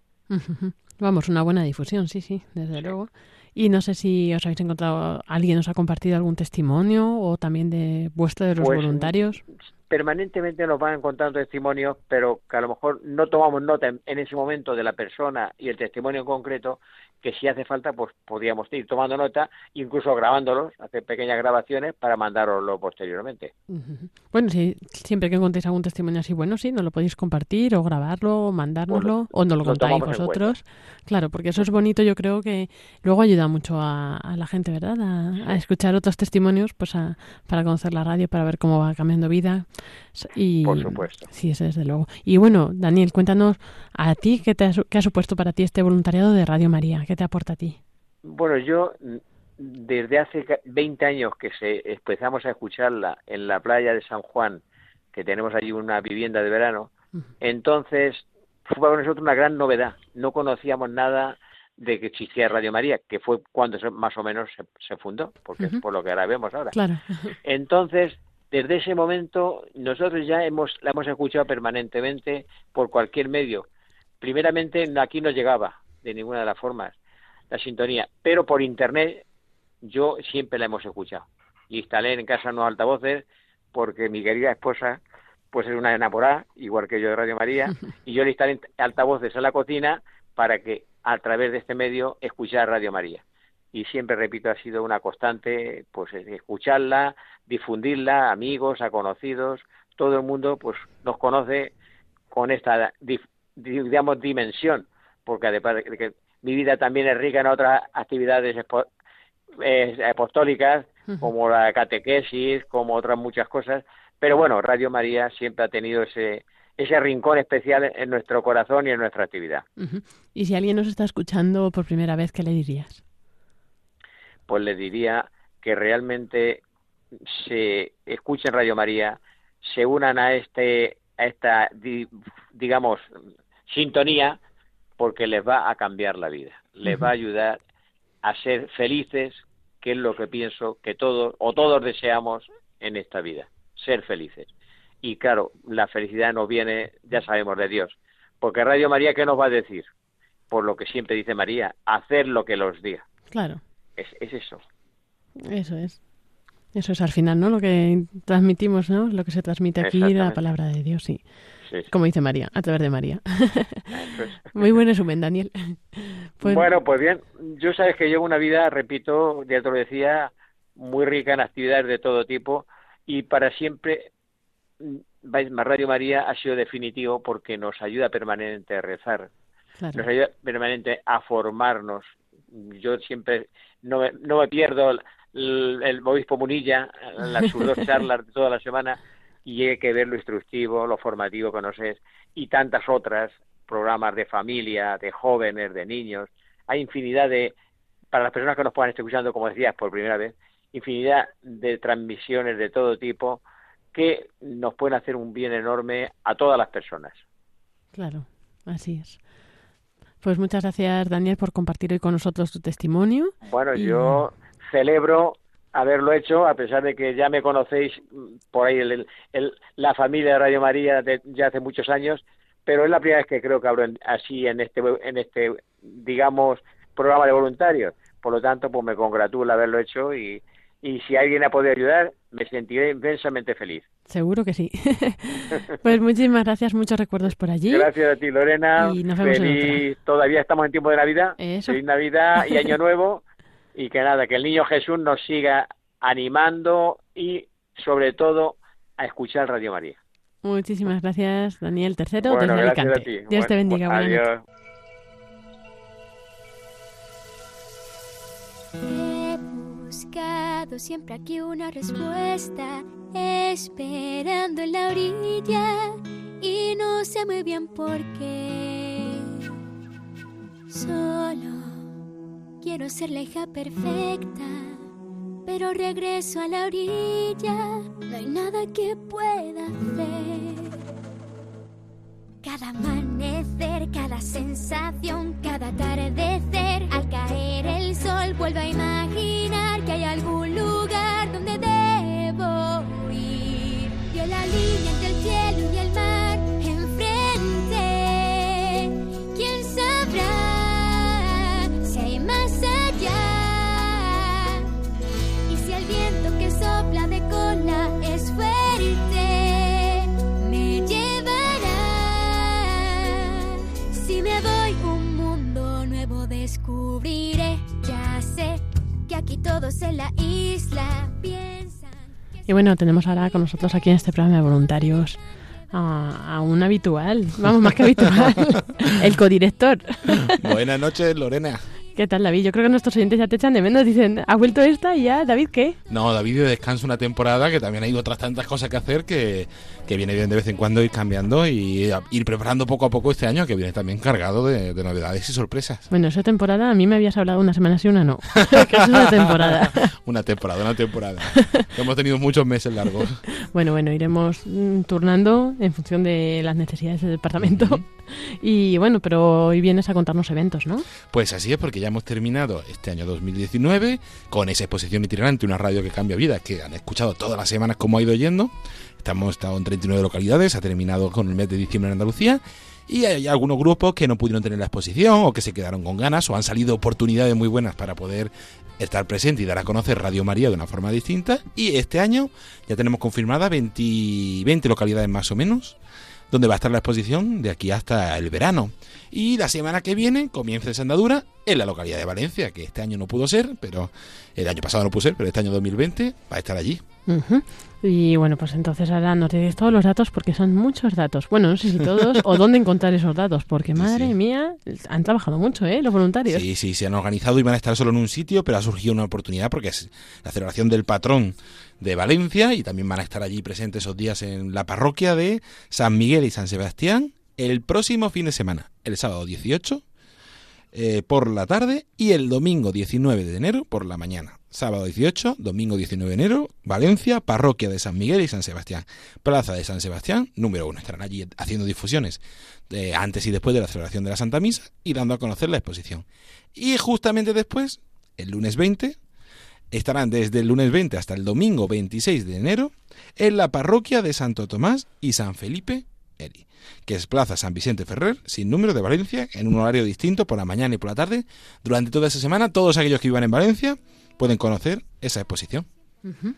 Vamos, una buena difusión, sí, sí, desde sí. luego. Y no sé si os habéis encontrado, alguien os ha compartido algún testimonio o también de vuestro, de los pues, voluntarios. Permanentemente nos van encontrando testimonios, pero que a lo mejor no tomamos nota en, en ese momento de la persona y el testimonio en concreto, que si hace falta, pues podríamos ir tomando nota, incluso grabándolos, hacer pequeñas grabaciones para mandároslo posteriormente. Uh-huh. Bueno, si siempre que encontréis algún testimonio así, bueno, sí, nos lo podéis compartir o grabarlo, o mandárnoslo, pues, o nos lo, lo contáis vosotros. Claro, porque eso es bonito, yo creo que luego ayuda mucho a, a la gente, ¿verdad? A, sí. a escuchar otros testimonios, pues a, para conocer la radio, para ver cómo va cambiando vida. Y, por supuesto. Sí, eso desde luego. Y bueno, Daniel, cuéntanos a ti, ¿qué, te ha, qué ha supuesto para ti este voluntariado de Radio María? ¿Qué te aporta a ti? Bueno, yo desde hace veinte años que se, empezamos a escucharla en la playa de San Juan, que tenemos allí una vivienda de verano, uh-huh. entonces fue para nosotros una gran novedad. No conocíamos nada de que existía Radio María, que fue cuando se, más o menos se, se fundó, porque uh-huh. es por lo que ahora vemos ahora. Claro. Entonces, desde ese momento nosotros ya hemos la hemos escuchado permanentemente por cualquier medio. Primeramente aquí no llegaba de ninguna de las formas la sintonía, pero por internet yo siempre la hemos escuchado. Instalé en casa unos altavoces porque mi querida esposa pues es una enamorada, igual que yo de Radio María, y yo le instalé altavoces en la cocina para que a través de este medio escuchara Radio María. Y siempre, repito, ha sido una constante, pues escucharla, difundirla a amigos, a conocidos, todo el mundo pues nos conoce con esta, digamos, dimensión, porque además de que mi vida también es rica en otras actividades expo, eh, apostólicas, uh-huh. como la catequesis, como otras muchas cosas, pero bueno, Radio María siempre ha tenido ese ese rincón especial en nuestro corazón y en nuestra actividad. Uh-huh. Y si alguien nos está escuchando por primera vez, ¿qué le dirías? Pues le diría que realmente se escuchen Radio María, se unan a este a esta di, digamos sintonía, porque les va a cambiar la vida, les uh-huh. va a ayudar a ser felices, que es lo que pienso que todos o todos deseamos en esta vida, ser felices. Y claro, la felicidad nos viene, ya sabemos, de Dios, porque Radio María, ¿qué nos va a decir? Por lo que siempre dice María, hacer lo que los diga. Claro. Es, es eso. Eso es. Eso es al final, ¿no? Lo que transmitimos, ¿no? Lo que se transmite aquí, la palabra de Dios, sí. Sí, sí. Como dice María, a través de María. Es. Muy buen resumen, Daniel. Pues... Bueno, pues bien, yo sabes que llevo una vida, repito, ya te lo decía, muy rica en actividades de todo tipo, y para siempre Radio María ha sido definitivo porque nos ayuda permanentemente a rezar, claro. Nos ayuda permanentemente a formarnos. Yo siempre no me, no me pierdo el, el obispo Munilla, las sus dos charlas de toda la semana, y hay que ver lo instructivo, lo formativo que nos es, y tantas otras, programas de familia, de jóvenes, de niños. Hay infinidad de, para las personas que nos puedan estar escuchando, como decías, por primera vez, infinidad de transmisiones de todo tipo que nos pueden hacer un bien enorme a todas las personas. Claro, así es. Pues muchas gracias, Daniel, por compartir hoy con nosotros tu testimonio. Bueno, y... yo celebro haberlo hecho, a pesar de que ya me conocéis por ahí el, el, la familia de Radio María de, ya hace muchos años, pero es la primera vez que creo que hablo en, así en este, en este, digamos, programa de voluntarios. Por lo tanto, pues me congratulo haberlo hecho y, y si alguien ha podido ayudar, me sentiré inmensamente feliz. Seguro que sí. Pues muchísimas gracias, muchos recuerdos por allí. Gracias a ti, Lorena. Y nos vemos Feliz, todavía estamos en tiempo de Navidad. Eso. Feliz Navidad y Año Nuevo. Y que nada, que el niño Jesús nos siga animando y, sobre todo, a escuchar Radio María. Muchísimas gracias, Daniel Tercero, bueno, desde gracias Alicante. A ti. Dios bueno, te bendiga. Pues, adiós. He buscado siempre aquí una respuesta, esperando en la orilla, y no sé muy bien por qué. Solo quiero ser la hija perfecta, pero regreso a la orilla, no hay nada que pueda hacer. Cada amanecer, cada sensación, cada atardecer, al caer el sol Vuelvo a imaginar que hay algún lugar donde debo ir. Vio la línea entre el cielo y el mar enfrente. ¿Quién sabrá si hay más allá? Y si el viento que sopla de cola es fuerte, me llevará. Si me voy, un mundo nuevo descubriré. Ya sé que aquí todos en la isla piensan. Y bueno, tenemos ahora con nosotros aquí en este programa de voluntarios a, a un habitual, vamos, más que habitual, el codirector. Buenas noches, Lorena. ¿Qué tal, David? Yo creo que nuestros oyentes ya te echan de menos. Dicen, ¿ha vuelto esta? Y ya, ¿David qué? No, David de descanso una temporada, que también hay otras tantas cosas que hacer, que, que viene bien de vez en cuando ir cambiando y ir preparando poco a poco este año, que viene también cargado de, de novedades y sorpresas. Bueno, esa temporada, a mí me habías hablado una semana sí, una no. Que es una temporada. Una temporada, una temporada. Hemos tenido muchos meses largos. Bueno, bueno, iremos mm, turnando en función de las necesidades del departamento. Uh-huh. Y bueno, pero hoy vienes a contarnos eventos, ¿no? Pues así es, porque ya hemos terminado este año dos mil diecinueve con esa exposición itinerante, una radio que cambia vidas, que han escuchado todas las semanas cómo ha ido yendo. Estamos estado en treinta y nueve localidades, ha terminado con el mes de diciembre en Andalucía. Y hay algunos grupos que no pudieron tener la exposición o que se quedaron con ganas o han salido oportunidades muy buenas para poder estar presente y dar a conocer Radio María de una forma distinta. Y este año ya tenemos confirmada veinte, veinte localidades más o menos, donde va a estar la exposición de aquí hasta el verano. Y la semana que viene comienza esa andadura en la localidad de Valencia, que este año no pudo ser, pero el año pasado no pudo ser, pero este año dos mil veinte va a estar allí. Uh-huh. Y bueno, pues entonces ahora nos des todos los datos, porque son muchos datos. Bueno, no sé si todos o dónde encontrar esos datos, porque madre sí, sí. mía, han trabajado mucho, ¿eh? Los voluntarios. Sí, sí, se han organizado y van a estar solo en un sitio, pero ha surgido una oportunidad porque es la celebración del patrón de Valencia y también van a estar allí presentes esos días en la parroquia de San Miguel y San Sebastián el próximo fin de semana, el sábado dieciocho eh, por la tarde y el domingo diecinueve de enero por la mañana. Sábado dieciocho, domingo diecinueve de enero, Valencia, parroquia de San Miguel y San Sebastián, plaza de San Sebastián, número uno. Estarán allí haciendo difusiones de antes y después de la celebración de la Santa Misa y dando a conocer la exposición. Y justamente después, el lunes veinte, estarán desde el lunes veinte hasta el domingo veintiséis de enero en la parroquia de Santo Tomás y San Felipe Eri, que es Plaza San Vicente Ferrer, sin número, de Valencia, en un horario distinto por la mañana y por la tarde. Durante toda esa semana, todos aquellos que vivan en Valencia pueden conocer esa exposición. Uh-huh.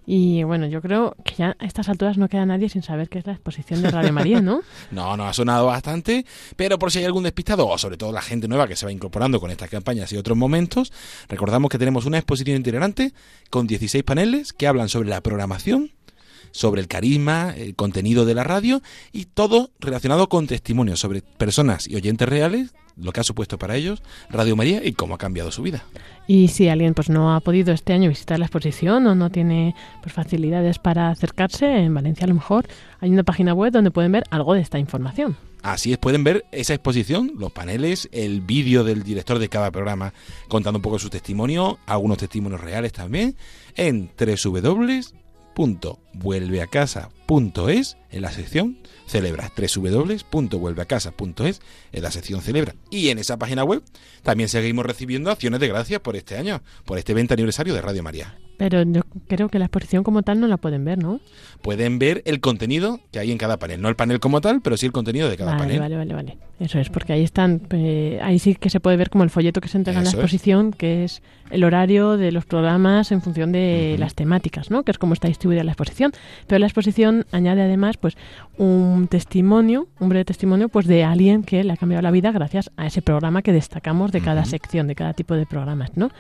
Y bueno, yo creo que ya a estas alturas no queda nadie sin saber qué es la exposición de Radio María, ¿no? No, no ha sonado bastante, pero por si hay algún despistado, o sobre todo la gente nueva que se va incorporando con estas campañas y otros momentos, recordamos que tenemos una exposición itinerante con dieciséis paneles que hablan sobre la programación, sobre el carisma, el contenido de la radio y todo relacionado con testimonios sobre personas y oyentes reales, lo que ha supuesto para ellos Radio María y cómo ha cambiado su vida. Y si alguien pues no ha podido este año visitar la exposición o no tiene pues facilidades para acercarse, en Valencia a lo mejor hay una página web donde pueden ver algo de esta información. Así es, pueden ver esa exposición, los paneles, el vídeo del director de cada programa contando un poco su testimonio, algunos testimonios reales también, en doble u doble u doble u punto vuelve a casa punto es en la sección Celebra, doble u doble u doble u punto vuelve a casa punto es en la sección Celebra. Y en esa página web también seguimos recibiendo acciones de gracias por este año, por este veinte aniversario de Radio María. Pero yo creo que la exposición como tal no la pueden ver, ¿no? Pueden ver el contenido que hay en cada panel, no el panel como tal, pero sí el contenido de cada vale, panel. Vale, vale, vale. Eso es, porque ahí están, eh, ahí sí que se puede ver como el folleto que se entrega Eso en la exposición, es. que es el horario de los programas en función de uh-huh. las temáticas, ¿no? Que es como está distribuida la exposición. Pero la exposición añade además, pues, un testimonio, un breve testimonio, pues, de alguien que le ha cambiado la vida gracias a ese programa que destacamos de cada uh-huh. sección, de cada tipo de programas, ¿no?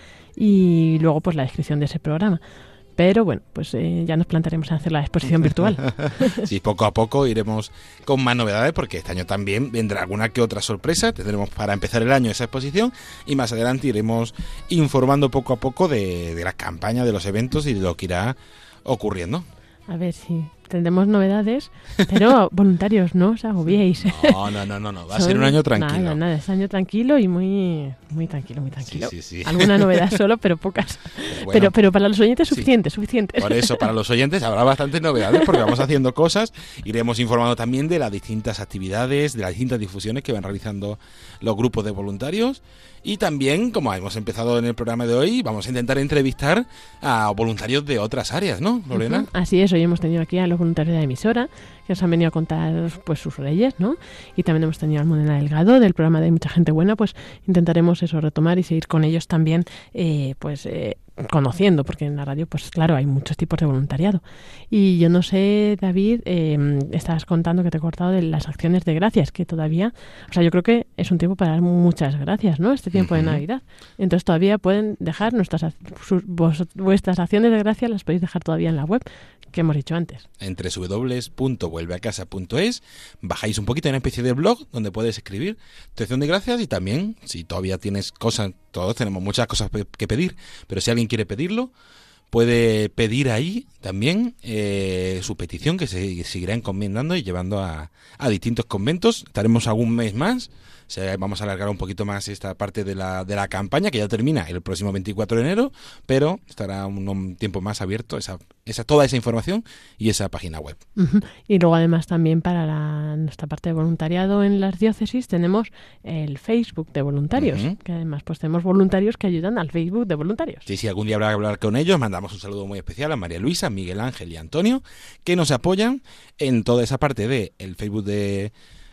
Y luego, pues, la descripción de ese programa. Pero bueno, pues eh, ya nos plantearemos en hacer la exposición virtual. Sí, poco a poco iremos con más novedades porque este año también vendrá alguna que otra sorpresa. Tendremos para empezar el año esa exposición y más adelante iremos informando poco a poco de, de la campaña, de los eventos y de lo que irá ocurriendo. A ver si tendremos novedades, pero voluntarios, no os agobiéis. No, no, no, no, no. va a ser un año tranquilo. Nada, nada, es año tranquilo y muy muy tranquilo, muy tranquilo. Sí, sí, sí. Alguna novedad solo, pero pocas. Pero, bueno, pero, pero para los oyentes suficiente, sí. suficiente. Por eso, para los oyentes habrá bastantes novedades porque vamos haciendo cosas, iremos informando también de las distintas actividades, de las distintas difusiones que van realizando los grupos de voluntarios. Y también, como hemos empezado en el programa de hoy, vamos a intentar entrevistar a voluntarios de otras áreas, ¿no, Lorena? Uh-huh. Así es, hoy hemos tenido aquí a los voluntarios de la emisora, que nos han venido a contar pues sus reyes, ¿no? Y también hemos tenido a Almudena Delgado, del programa de Mucha Gente Buena, pues intentaremos eso, retomar y seguir con ellos también, eh, pues... Eh, conociendo, porque en la radio, pues claro, hay muchos tipos de voluntariado. Y yo no sé, David, eh, estabas contando que te he cortado de las acciones de gracias, que todavía, o sea, yo creo que es un tiempo para dar muchas gracias, ¿no? Este tiempo uh-huh. de Navidad. Entonces todavía pueden dejar nuestras sus, vos, vuestras acciones de gracias, las podéis dejar todavía en la web que hemos dicho antes. En doble u doble u doble u punto vuelve a casa punto es bajáis un poquito en una especie de blog donde puedes escribir tu acción de gracias y también, si todavía tienes cosas, todos tenemos muchas cosas que pedir, pero si alguien quiere pedirlo, puede pedir ahí también eh, su petición que se seguirá encomendando y llevando a, a distintos conventos. Estaremos algún mes más. O sea, vamos a alargar un poquito más esta parte de la, de la campaña, que ya termina el próximo veinticuatro de enero, pero estará un, un tiempo más abierto esa, esa toda esa información y esa página web. Uh-huh. Y luego además también para la, nuestra parte de voluntariado en las diócesis tenemos el Facebook de voluntarios, uh-huh. que además pues tenemos voluntarios que ayudan al Facebook de voluntarios. Sí, sí, algún día habrá que hablar con ellos. Mandamos un saludo muy especial a María Luisa, Miguel Ángel y Antonio, que nos apoyan en toda esa parte de el Facebook de...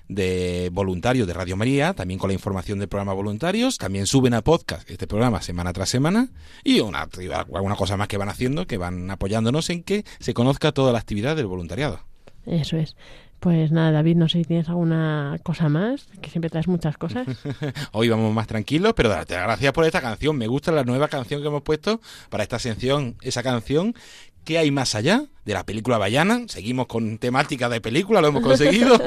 de voluntarios de Radio María, también con la información del programa Voluntarios, también suben a podcast este programa semana tras semana y una, alguna cosa más que van haciendo, que van apoyándonos en que se conozca toda la actividad del voluntariado. Eso es. Pues nada, David, no sé si tienes alguna cosa más, que siempre traes muchas cosas. Hoy vamos más tranquilos, pero darte las gracias por esta canción. Me gusta la nueva canción que hemos puesto para esta sección, esa canción. ¿Qué hay más allá de la película Bayana? Seguimos con temática de película, lo hemos conseguido.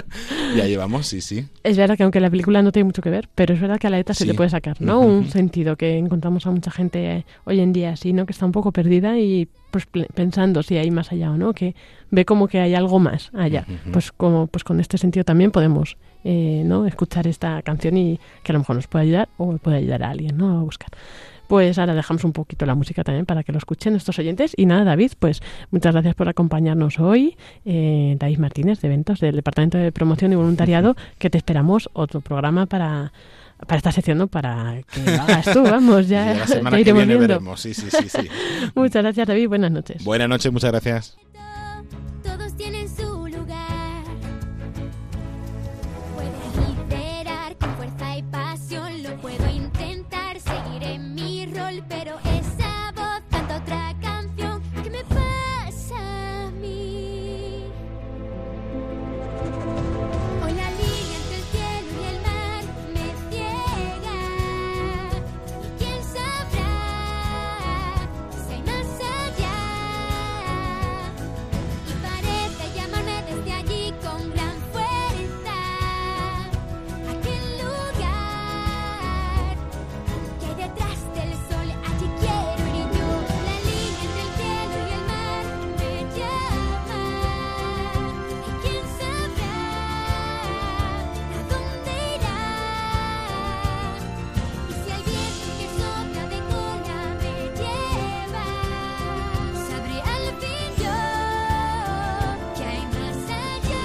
Ya llevamos, sí, sí. Es verdad que aunque la película no tiene mucho que ver, pero es verdad que a la letra sí. se le puede sacar, ¿no? Uh-huh. Un sentido que encontramos a mucha gente hoy en día así, ¿no? Que está un poco perdida y pues pensando si hay más allá o no, que ve como que hay algo más allá. Uh-huh. Pues como pues con este sentido también podemos eh, ¿no? escuchar esta canción y que a lo mejor nos puede ayudar o puede ayudar a alguien, ¿no? A buscar. Pues ahora dejamos un poquito la música también para que lo escuchen estos oyentes. Y nada, David, pues muchas gracias por acompañarnos hoy. Eh, David Martínez, de Eventos, del Departamento de Promoción y Voluntariado, que te esperamos otro programa para... para esta sección, ¿no? Para que lo hagas tú, vamos, ya, y la semana ya que iremos viene viendo. veremos, sí, sí, sí, sí. Muchas gracias, David, buenas noches. Buenas noches, muchas gracias. Todos tienen su lugar. Puedes liderar con fuerza y pasión, lo puedo intentar, seguiré mi rol, pero esa voz canta otra canción. ¿Qué me pasa a mí? Hoy la línea entre el cielo y el mar me ciega. ¿Y quién sabrá si hay más allá? Y parece llamarme desde allí con gran fuerza. Aquel lugar que hay detrás del sol, allí quiero ir yo. La línea entre el cielo y el mar me llama. ¿Y quién sabrá a dónde irá? Y si el viento que sopla de cola me lleva, sabré al fin yo que hay más allá.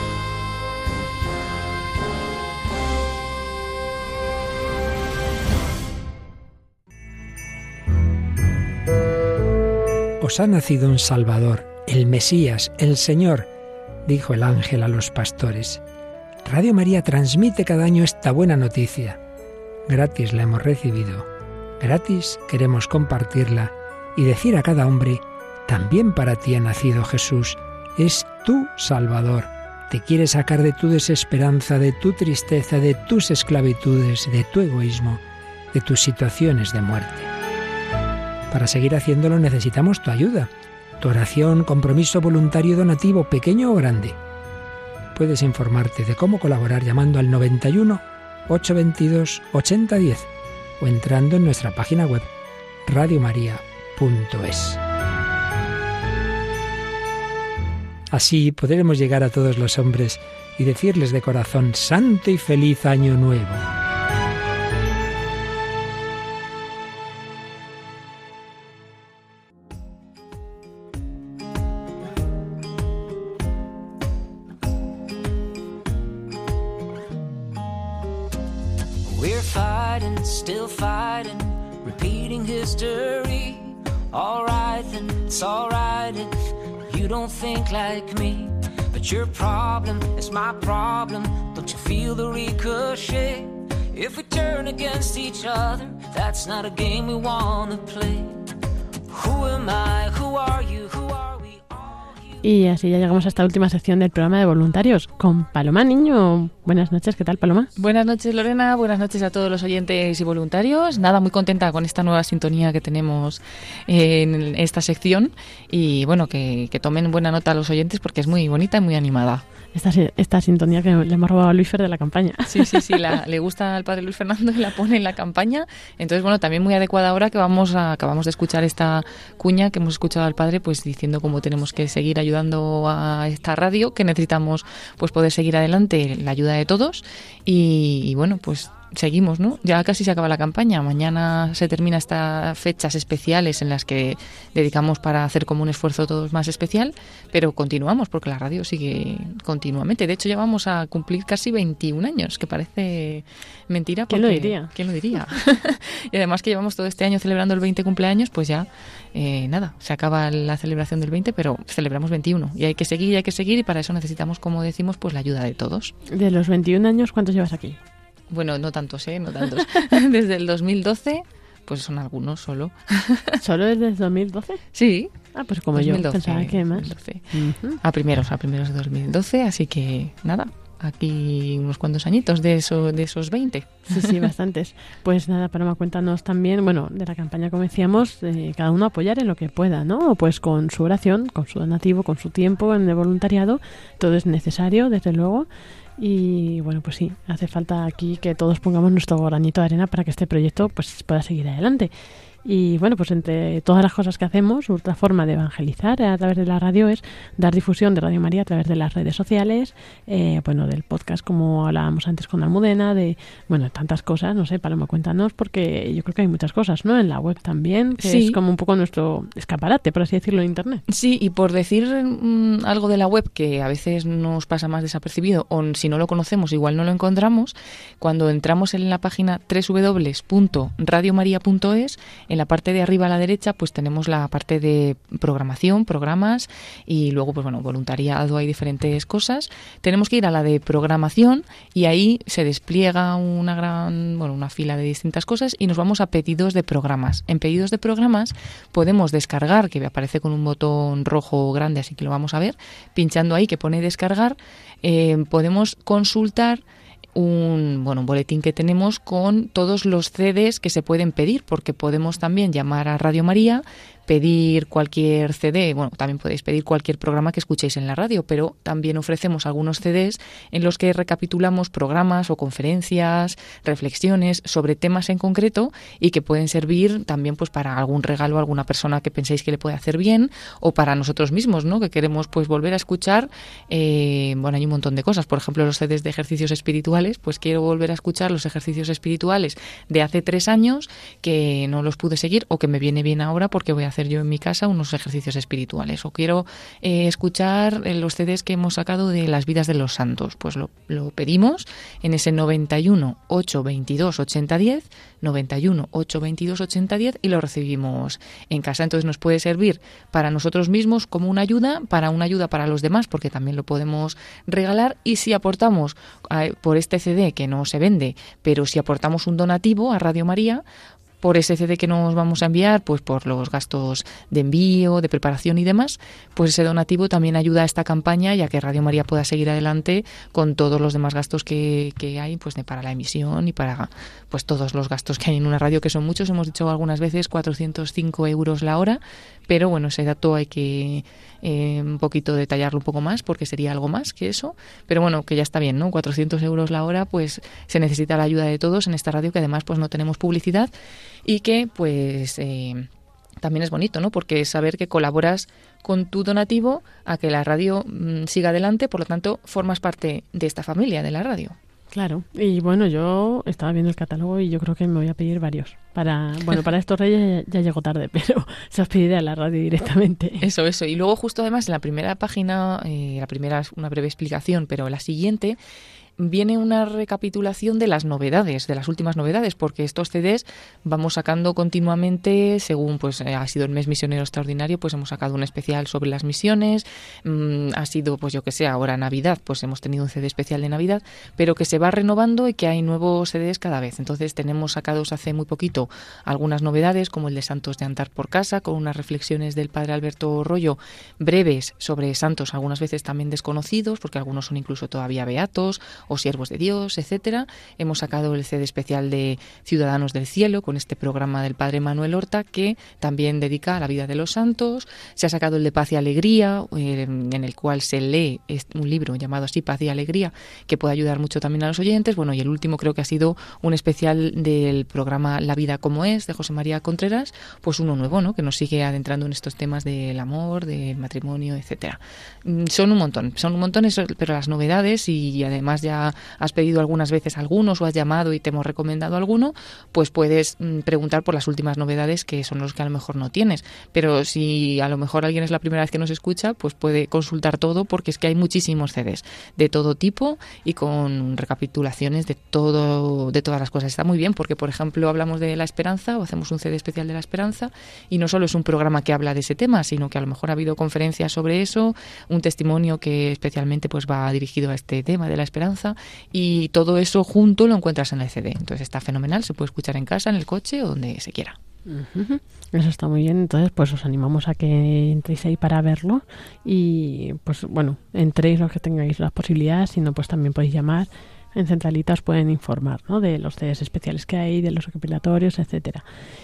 Os ha nacido un Salvador, el Mesías, el Señor, dijo el ángel a los pastores. Radio María transmite cada año esta buena noticia. Gratis la hemos recibido, gratis queremos compartirla y decir a cada hombre, también para ti ha nacido Jesús, es tu Salvador. Te quiere sacar de tu desesperanza, de tu tristeza, de tus esclavitudes, de tu egoísmo, de tus situaciones de muerte. Para seguir haciéndolo necesitamos tu ayuda, tu oración, compromiso voluntario y donativo, pequeño o grande. Puedes informarte de cómo colaborar llamando al noventa y uno, ochocientos veintidós, ochenta diez o entrando en nuestra página web radiomaria punto es. Así podremos llegar a todos los hombres y decirles de corazón: santo y feliz año nuevo. We're fighting, still fighting, repeating history. All right, then it's all right if you don't think like me. But your problem is my problem. Don't you feel the ricochet? If we turn against each other, that's not a game we wanna play. Who am I? Who are you? Who are we? Y así ya llegamos a esta última sección del programa de voluntarios con Paloma Niño. Buenas noches, ¿qué tal, Paloma? Buenas noches, Lorena. Buenas noches a todos los oyentes y voluntarios. Nada, muy contenta con esta nueva sintonía que tenemos en esta sección. Y bueno, que, que tomen buena nota a los oyentes porque es muy bonita y muy animada. Esta, esta sintonía que le hemos robado a Luis Fer de la campaña. Sí, sí, sí, la, le gusta al padre Luis Fernando y la pone en la campaña. Entonces, bueno, también muy adecuada ahora que vamos a, acabamos de escuchar esta cuña que hemos escuchado al padre, pues diciendo cómo tenemos que seguir ayudando a esta radio, que necesitamos pues poder seguir adelante, la ayuda de todos. Y, y bueno, pues seguimos, ¿no? Ya casi se acaba la campaña. Mañana se termina estas fechas especiales en las que dedicamos para hacer como un esfuerzo todos más especial, pero continuamos porque la radio sigue continuamente. De hecho, ya vamos a cumplir casi veintiún años, que parece mentira. ¿Quién lo diría? ¿Quién lo diría? Y además que llevamos todo este año celebrando el veinte cumpleaños, pues ya, eh, nada, se acaba la celebración del veinte, pero celebramos veintiuno. Y hay que seguir, y hay que seguir, y para eso necesitamos, como decimos, pues la ayuda de todos. De los veintiún años, ¿cuántos llevas aquí? Bueno, no tantos, ¿eh? No tantos. Desde el dos mil doce, pues son algunos solo. ¿Solo desde el dos mil doce? Sí. Ah, pues como dos mil doce, yo, pensaba que más. dos mil doce. Uh-huh. A primeros, a primeros de dos mil doce, así que nada, aquí unos cuantos añitos de, eso, de esos veinte. Sí, sí, bastantes. Pues nada, Paloma, cuéntanos también, bueno, de la campaña, como decíamos, eh, cada uno apoyar en lo que pueda, ¿no? Pues con su oración, con su donativo, con su tiempo en el voluntariado, todo es necesario, desde luego. Y bueno, pues sí, hace falta aquí que todos pongamos nuestro granito de arena para que este proyecto pues pueda seguir adelante. Y bueno, pues entre todas las cosas que hacemos, otra forma de evangelizar a través de la radio es dar difusión de Radio María a través de las redes sociales, eh, bueno, del podcast como hablábamos antes con Almudena, de, bueno, tantas cosas, no sé, Paloma, cuéntanos, porque yo creo que hay muchas cosas, ¿no? En la web también, que sí, es como un poco nuestro escaparate, por así decirlo, en Internet. Sí, y por decir mmm, algo de la web que a veces nos pasa más desapercibido, o si no lo conocemos igual no lo encontramos, cuando entramos en la página doble u doble u doble u punto radio maría punto es, en la parte de arriba a la derecha pues tenemos la parte de programación, programas, y luego pues bueno, voluntariado, hay diferentes cosas. Tenemos que ir a la de programación y ahí se despliega una gran, bueno, una fila de distintas cosas y nos vamos a pedidos de programas. En pedidos de programas podemos descargar, que aparece con un botón rojo grande, así que lo vamos a ver, pinchando ahí que pone descargar, eh, podemos consultar un, bueno, un boletín que tenemos con todos los C Ds que se pueden pedir, porque podemos también llamar a Radio María, pedir cualquier C D, bueno, también podéis pedir cualquier programa que escuchéis en la radio, pero también ofrecemos algunos C Ds en los que recapitulamos programas o conferencias, reflexiones sobre temas en concreto y que pueden servir también pues para algún regalo a alguna persona que penséis que le puede hacer bien, o para nosotros mismos, ¿no? Que queremos pues volver a escuchar, eh, bueno, hay un montón de cosas, por ejemplo, los C Ds de ejercicios espirituales, pues quiero volver a escuchar los ejercicios espirituales de hace tres años que no los pude seguir o que me viene bien ahora porque voy a hacer yo en mi casa unos ejercicios espirituales, o quiero eh, escuchar los C Ds que hemos sacado de las vidas de los santos, pues lo, lo pedimos en ese noventa y uno, ochocientos veintidós, ochenta diez, noventa y uno, ochocientos veintidós, ochenta diez y lo recibimos en casa. Entonces nos puede servir para nosotros mismos como una ayuda, para una ayuda para los demás, porque también lo podemos regalar, y si aportamos eh, por este C D que no se vende, pero si aportamos un donativo a Radio María, por ese C D que nos vamos a enviar, pues por los gastos de envío, de preparación y demás, pues ese donativo también ayuda a esta campaña y a que Radio María pueda seguir adelante con todos los demás gastos que, que hay, pues de, para la emisión y para pues todos los gastos que hay en una radio, que son muchos. Hemos dicho algunas veces cuatrocientos cinco euros la hora, pero bueno, ese dato hay que eh, un poquito detallarlo un poco más, porque sería algo más que eso, pero bueno, que ya está bien, ¿no? cuatrocientos euros la hora, pues se necesita la ayuda de todos en esta radio, que además pues no tenemos publicidad y que pues eh, también es bonito, ¿no? Porque es saber que colaboras con tu donativo a que la radio mmm, siga adelante, por lo tanto, formas parte de esta familia de la radio. Claro, y bueno, yo estaba viendo el catálogo y yo creo que me voy a pedir varios. Para, bueno, para estos reyes ya, ya llegó tarde, pero se los pediré a la radio directamente. Eso, eso. Y luego justo además en la primera página, eh, la primera es una breve explicación, pero la siguiente viene una recapitulación de las novedades, de las últimas novedades, porque estos C Ds vamos sacando continuamente, según pues ha sido el mes misionero extraordinario, pues hemos sacado un especial sobre las misiones, mmm, ha sido, pues yo que sé, ahora Navidad, pues hemos tenido un C D especial de Navidad, pero que se va renovando y que hay nuevos C Ds cada vez. Entonces tenemos sacados hace muy poquito algunas novedades, como el de Santos de Andar por Casa, con unas reflexiones del padre Alberto Rollo breves sobre santos, algunas veces también desconocidos, porque algunos son incluso todavía beatos, o siervos de Dios, etcétera. Hemos sacado el C D especial de Ciudadanos del Cielo con este programa del padre Manuel Horta que también dedica a la vida de los santos. Se ha sacado el de Paz y Alegría, eh, en el cual se lee un libro llamado así, Paz y Alegría, que puede ayudar mucho también a los oyentes. Bueno, y el último creo que ha sido un especial del programa La Vida como es, de José María Contreras, pues uno nuevo, ¿no? Que nos sigue adentrando en estos temas del amor, del matrimonio, etcétera. Son un montón, son un montón, eso, pero las novedades, y además ya has pedido algunas veces algunos o has llamado y te hemos recomendado alguno, pues puedes mm, preguntar por las últimas novedades, que son los que a lo mejor no tienes. Pero si a lo mejor alguien es la primera vez que nos escucha, pues puede consultar todo, porque es que hay muchísimos C Ds de todo tipo y con recapitulaciones de todo, de todas las cosas. Está muy bien porque, por ejemplo, hablamos de la esperanza o hacemos un C D especial de la esperanza y no solo es un programa que habla de ese tema, sino que a lo mejor ha habido conferencias sobre eso, un testimonio que especialmente pues va dirigido a este tema de la esperanza, y todo eso junto lo encuentras en el C D. Entonces está fenomenal, se puede escuchar en casa, en el coche o donde se quiera. Uh-huh. Eso está muy bien. Entonces pues os animamos a que entréis ahí para verlo y pues bueno, entréis los que tengáis las posibilidades, si no pues también podéis llamar. En Centralita os pueden informar, ¿no?, de los C Ds especiales que hay, de los recopilatorios, etcétera.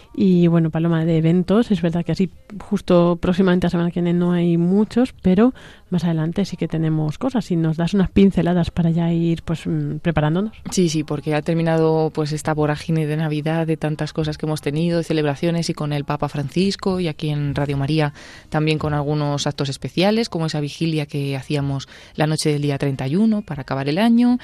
Y bueno, Paloma, de eventos, es verdad que así justo próximamente la semana que viene no hay muchos, pero más adelante sí que tenemos cosas. Si nos das unas pinceladas para ya ir pues preparándonos. Sí, sí, porque ha terminado pues esta vorágine de Navidad, de tantas cosas que hemos tenido, de celebraciones, y con el Papa Francisco, y aquí en Radio María también con algunos actos especiales, como esa vigilia que hacíamos la noche del día treinta y uno para acabar el año,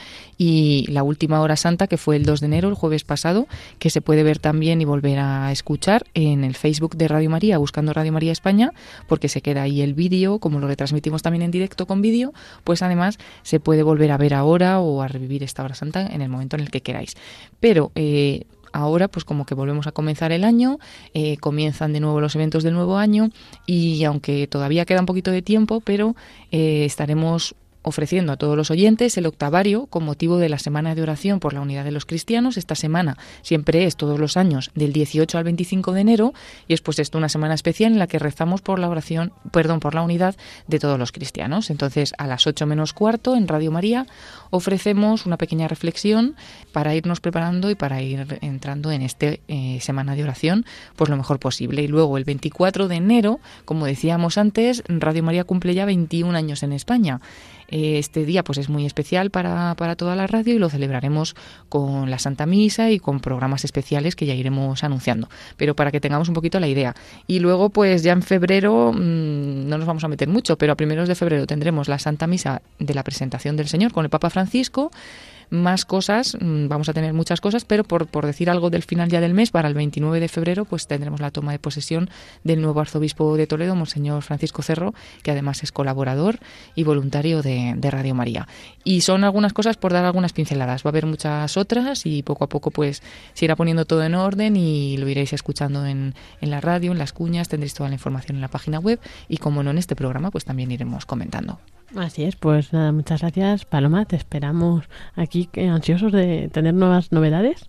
y la última hora santa que fue el dos de enero, el jueves pasado, que se puede ver también y volver a escuchar en el Facebook de Radio María, buscando Radio María España, porque se queda ahí el vídeo, como lo retransmitimos también en directo con vídeo, pues además se puede volver a ver ahora o a revivir esta hora santa en el momento en el que queráis. Pero eh, ahora pues como que volvemos a comenzar el año, eh, comienzan de nuevo los eventos del nuevo año, y aunque todavía queda un poquito de tiempo, pero eh, estaremos ofreciendo a todos los oyentes el octavario con motivo de la Semana de Oración por la Unidad de los Cristianos. Esta semana siempre es todos los años del dieciocho al veinticinco de enero, y es pues esto una semana especial en la que rezamos por la oración, perdón, por la unidad de todos los cristianos. Entonces a las ocho menos cuarto en Radio María ofrecemos una pequeña reflexión para irnos preparando y para ir entrando en este eh, Semana de Oración pues lo mejor posible. Y luego el veinticuatro de enero, como decíamos antes, Radio María cumple ya veintiún años en España. Este día pues es muy especial para, para toda la radio, y lo celebraremos con la Santa Misa y con programas especiales que ya iremos anunciando, pero para que tengamos un poquito la idea. Y luego pues ya en febrero mmm, no nos vamos a meter mucho, pero a primeros de febrero tendremos la Santa Misa de la Presentación del Señor con el Papa Francisco. Más cosas, vamos a tener muchas cosas, pero por, por decir algo del final ya del mes, para el veintinueve de febrero pues tendremos la toma de posesión del nuevo arzobispo de Toledo, Monseñor Francisco Cerro, que además es colaborador y voluntario de, de Radio María. Y son algunas cosas por dar algunas pinceladas, va a haber muchas otras, y poco a poco pues se irá poniendo todo en orden y lo iréis escuchando en, en la radio, en las cuñas, tendréis toda la información en la página web, y como no en este programa pues también iremos comentando. Así es, pues nada, muchas gracias, Paloma, te esperamos aquí ansiosos de tener nuevas novedades,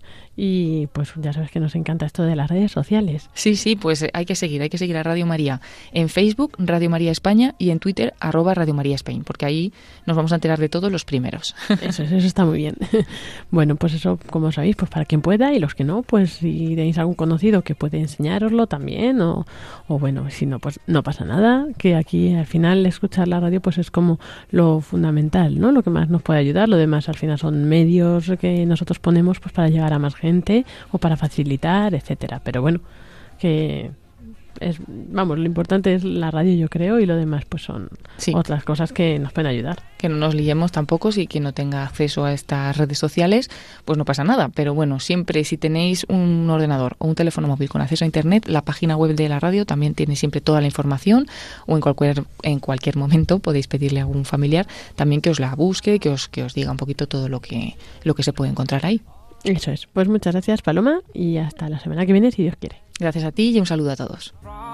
y pues ya sabes que nos encanta esto de las redes sociales. Sí, sí, pues hay que seguir, hay que seguir a Radio María en Facebook, Radio María España, y en Twitter, arroba Radio María Spain, porque ahí nos vamos a enterar de todos los primeros. Eso, eso está muy bien. Bueno, pues eso, como sabéis, pues para quien pueda, y los que no, pues si tenéis algún conocido que puede enseñároslo también, o, o bueno, si no, pues no pasa nada, que aquí al final escuchar la radio pues es como lo fundamental, ¿no? Lo que más nos puede ayudar. Lo demás al final son medios que nosotros ponemos pues para llegar a más gente o para facilitar, etcétera. Pero bueno, que es, vamos, lo importante es la radio, yo creo, y lo demás pues son sí. otras cosas que nos pueden ayudar. Que no nos liemos tampoco, si quien no tenga acceso a estas redes sociales, pues no pasa nada. Pero bueno, siempre si tenéis un ordenador o un teléfono móvil con acceso a internet, la página web de la radio también tiene siempre toda la información, o en cualquier en cualquier momento podéis pedirle a algún familiar también que os la busque, que os que os diga un poquito todo lo que lo que se puede encontrar ahí. Eso es. Pues muchas gracias, Paloma, y hasta la semana que viene, si Dios quiere. Gracias a ti y un saludo a todos.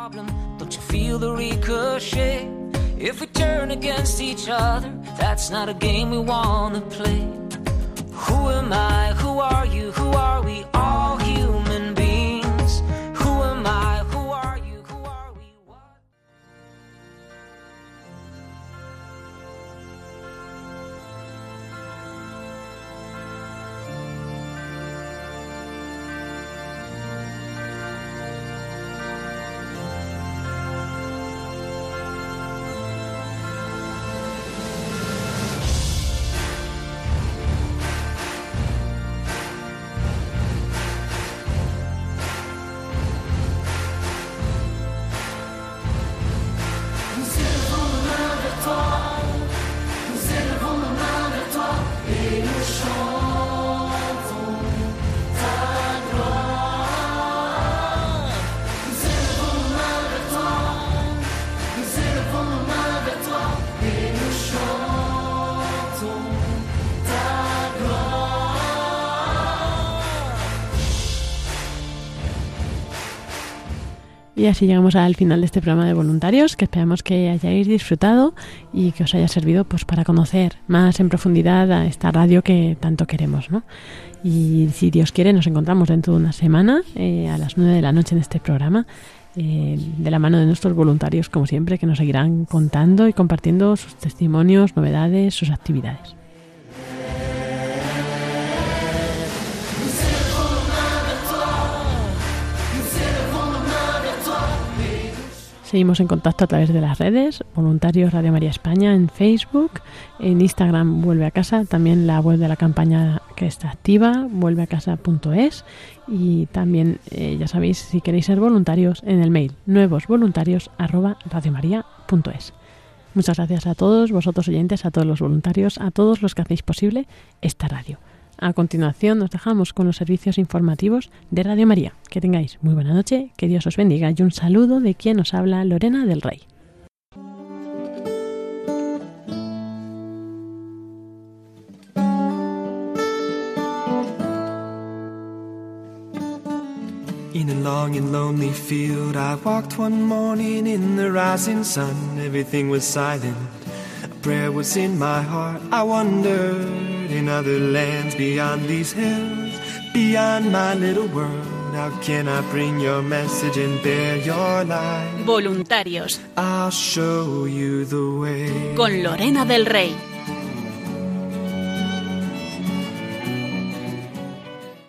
If we turn against each other, that's not a game we wanna play. Who am I? Who are you? Who are we? All human beings. Who am I? Who are you? Who are we? What? Y así llegamos al final de este programa de voluntarios, que esperamos que hayáis disfrutado y que os haya servido pues para conocer más en profundidad a esta radio que tanto queremos, ¿no? Y si Dios quiere, nos encontramos dentro de una semana eh, a las nueve de la noche en este programa, eh, de la mano de nuestros voluntarios, como siempre, que nos seguirán contando y compartiendo sus testimonios, novedades, sus actividades. Seguimos en contacto a través de las redes, Voluntarios Radio María España en Facebook, en Instagram Vuelve a Casa, también la web de la campaña que está activa, vuelve a casa punto es, y también, eh, ya sabéis, si queréis ser voluntarios, en el mail nuevosvoluntarios arroba radiomaria punto es. Muchas gracias a todos vosotros oyentes, a todos los voluntarios, a todos los que hacéis posible esta radio. A continuación nos dejamos con los servicios informativos de Radio María. Que tengáis muy buena noche, que Dios os bendiga y un saludo de quien os habla, Lorena del Rey. In a long and lonely field I walked one morning in the rising sun. Everything was silent. Prayer was in my heart. I wondered in other lands beyond these hills, beyond my little world. How can I bring your message and bear your light? Voluntarios. I'll show you the way. Con Lorena del Rey.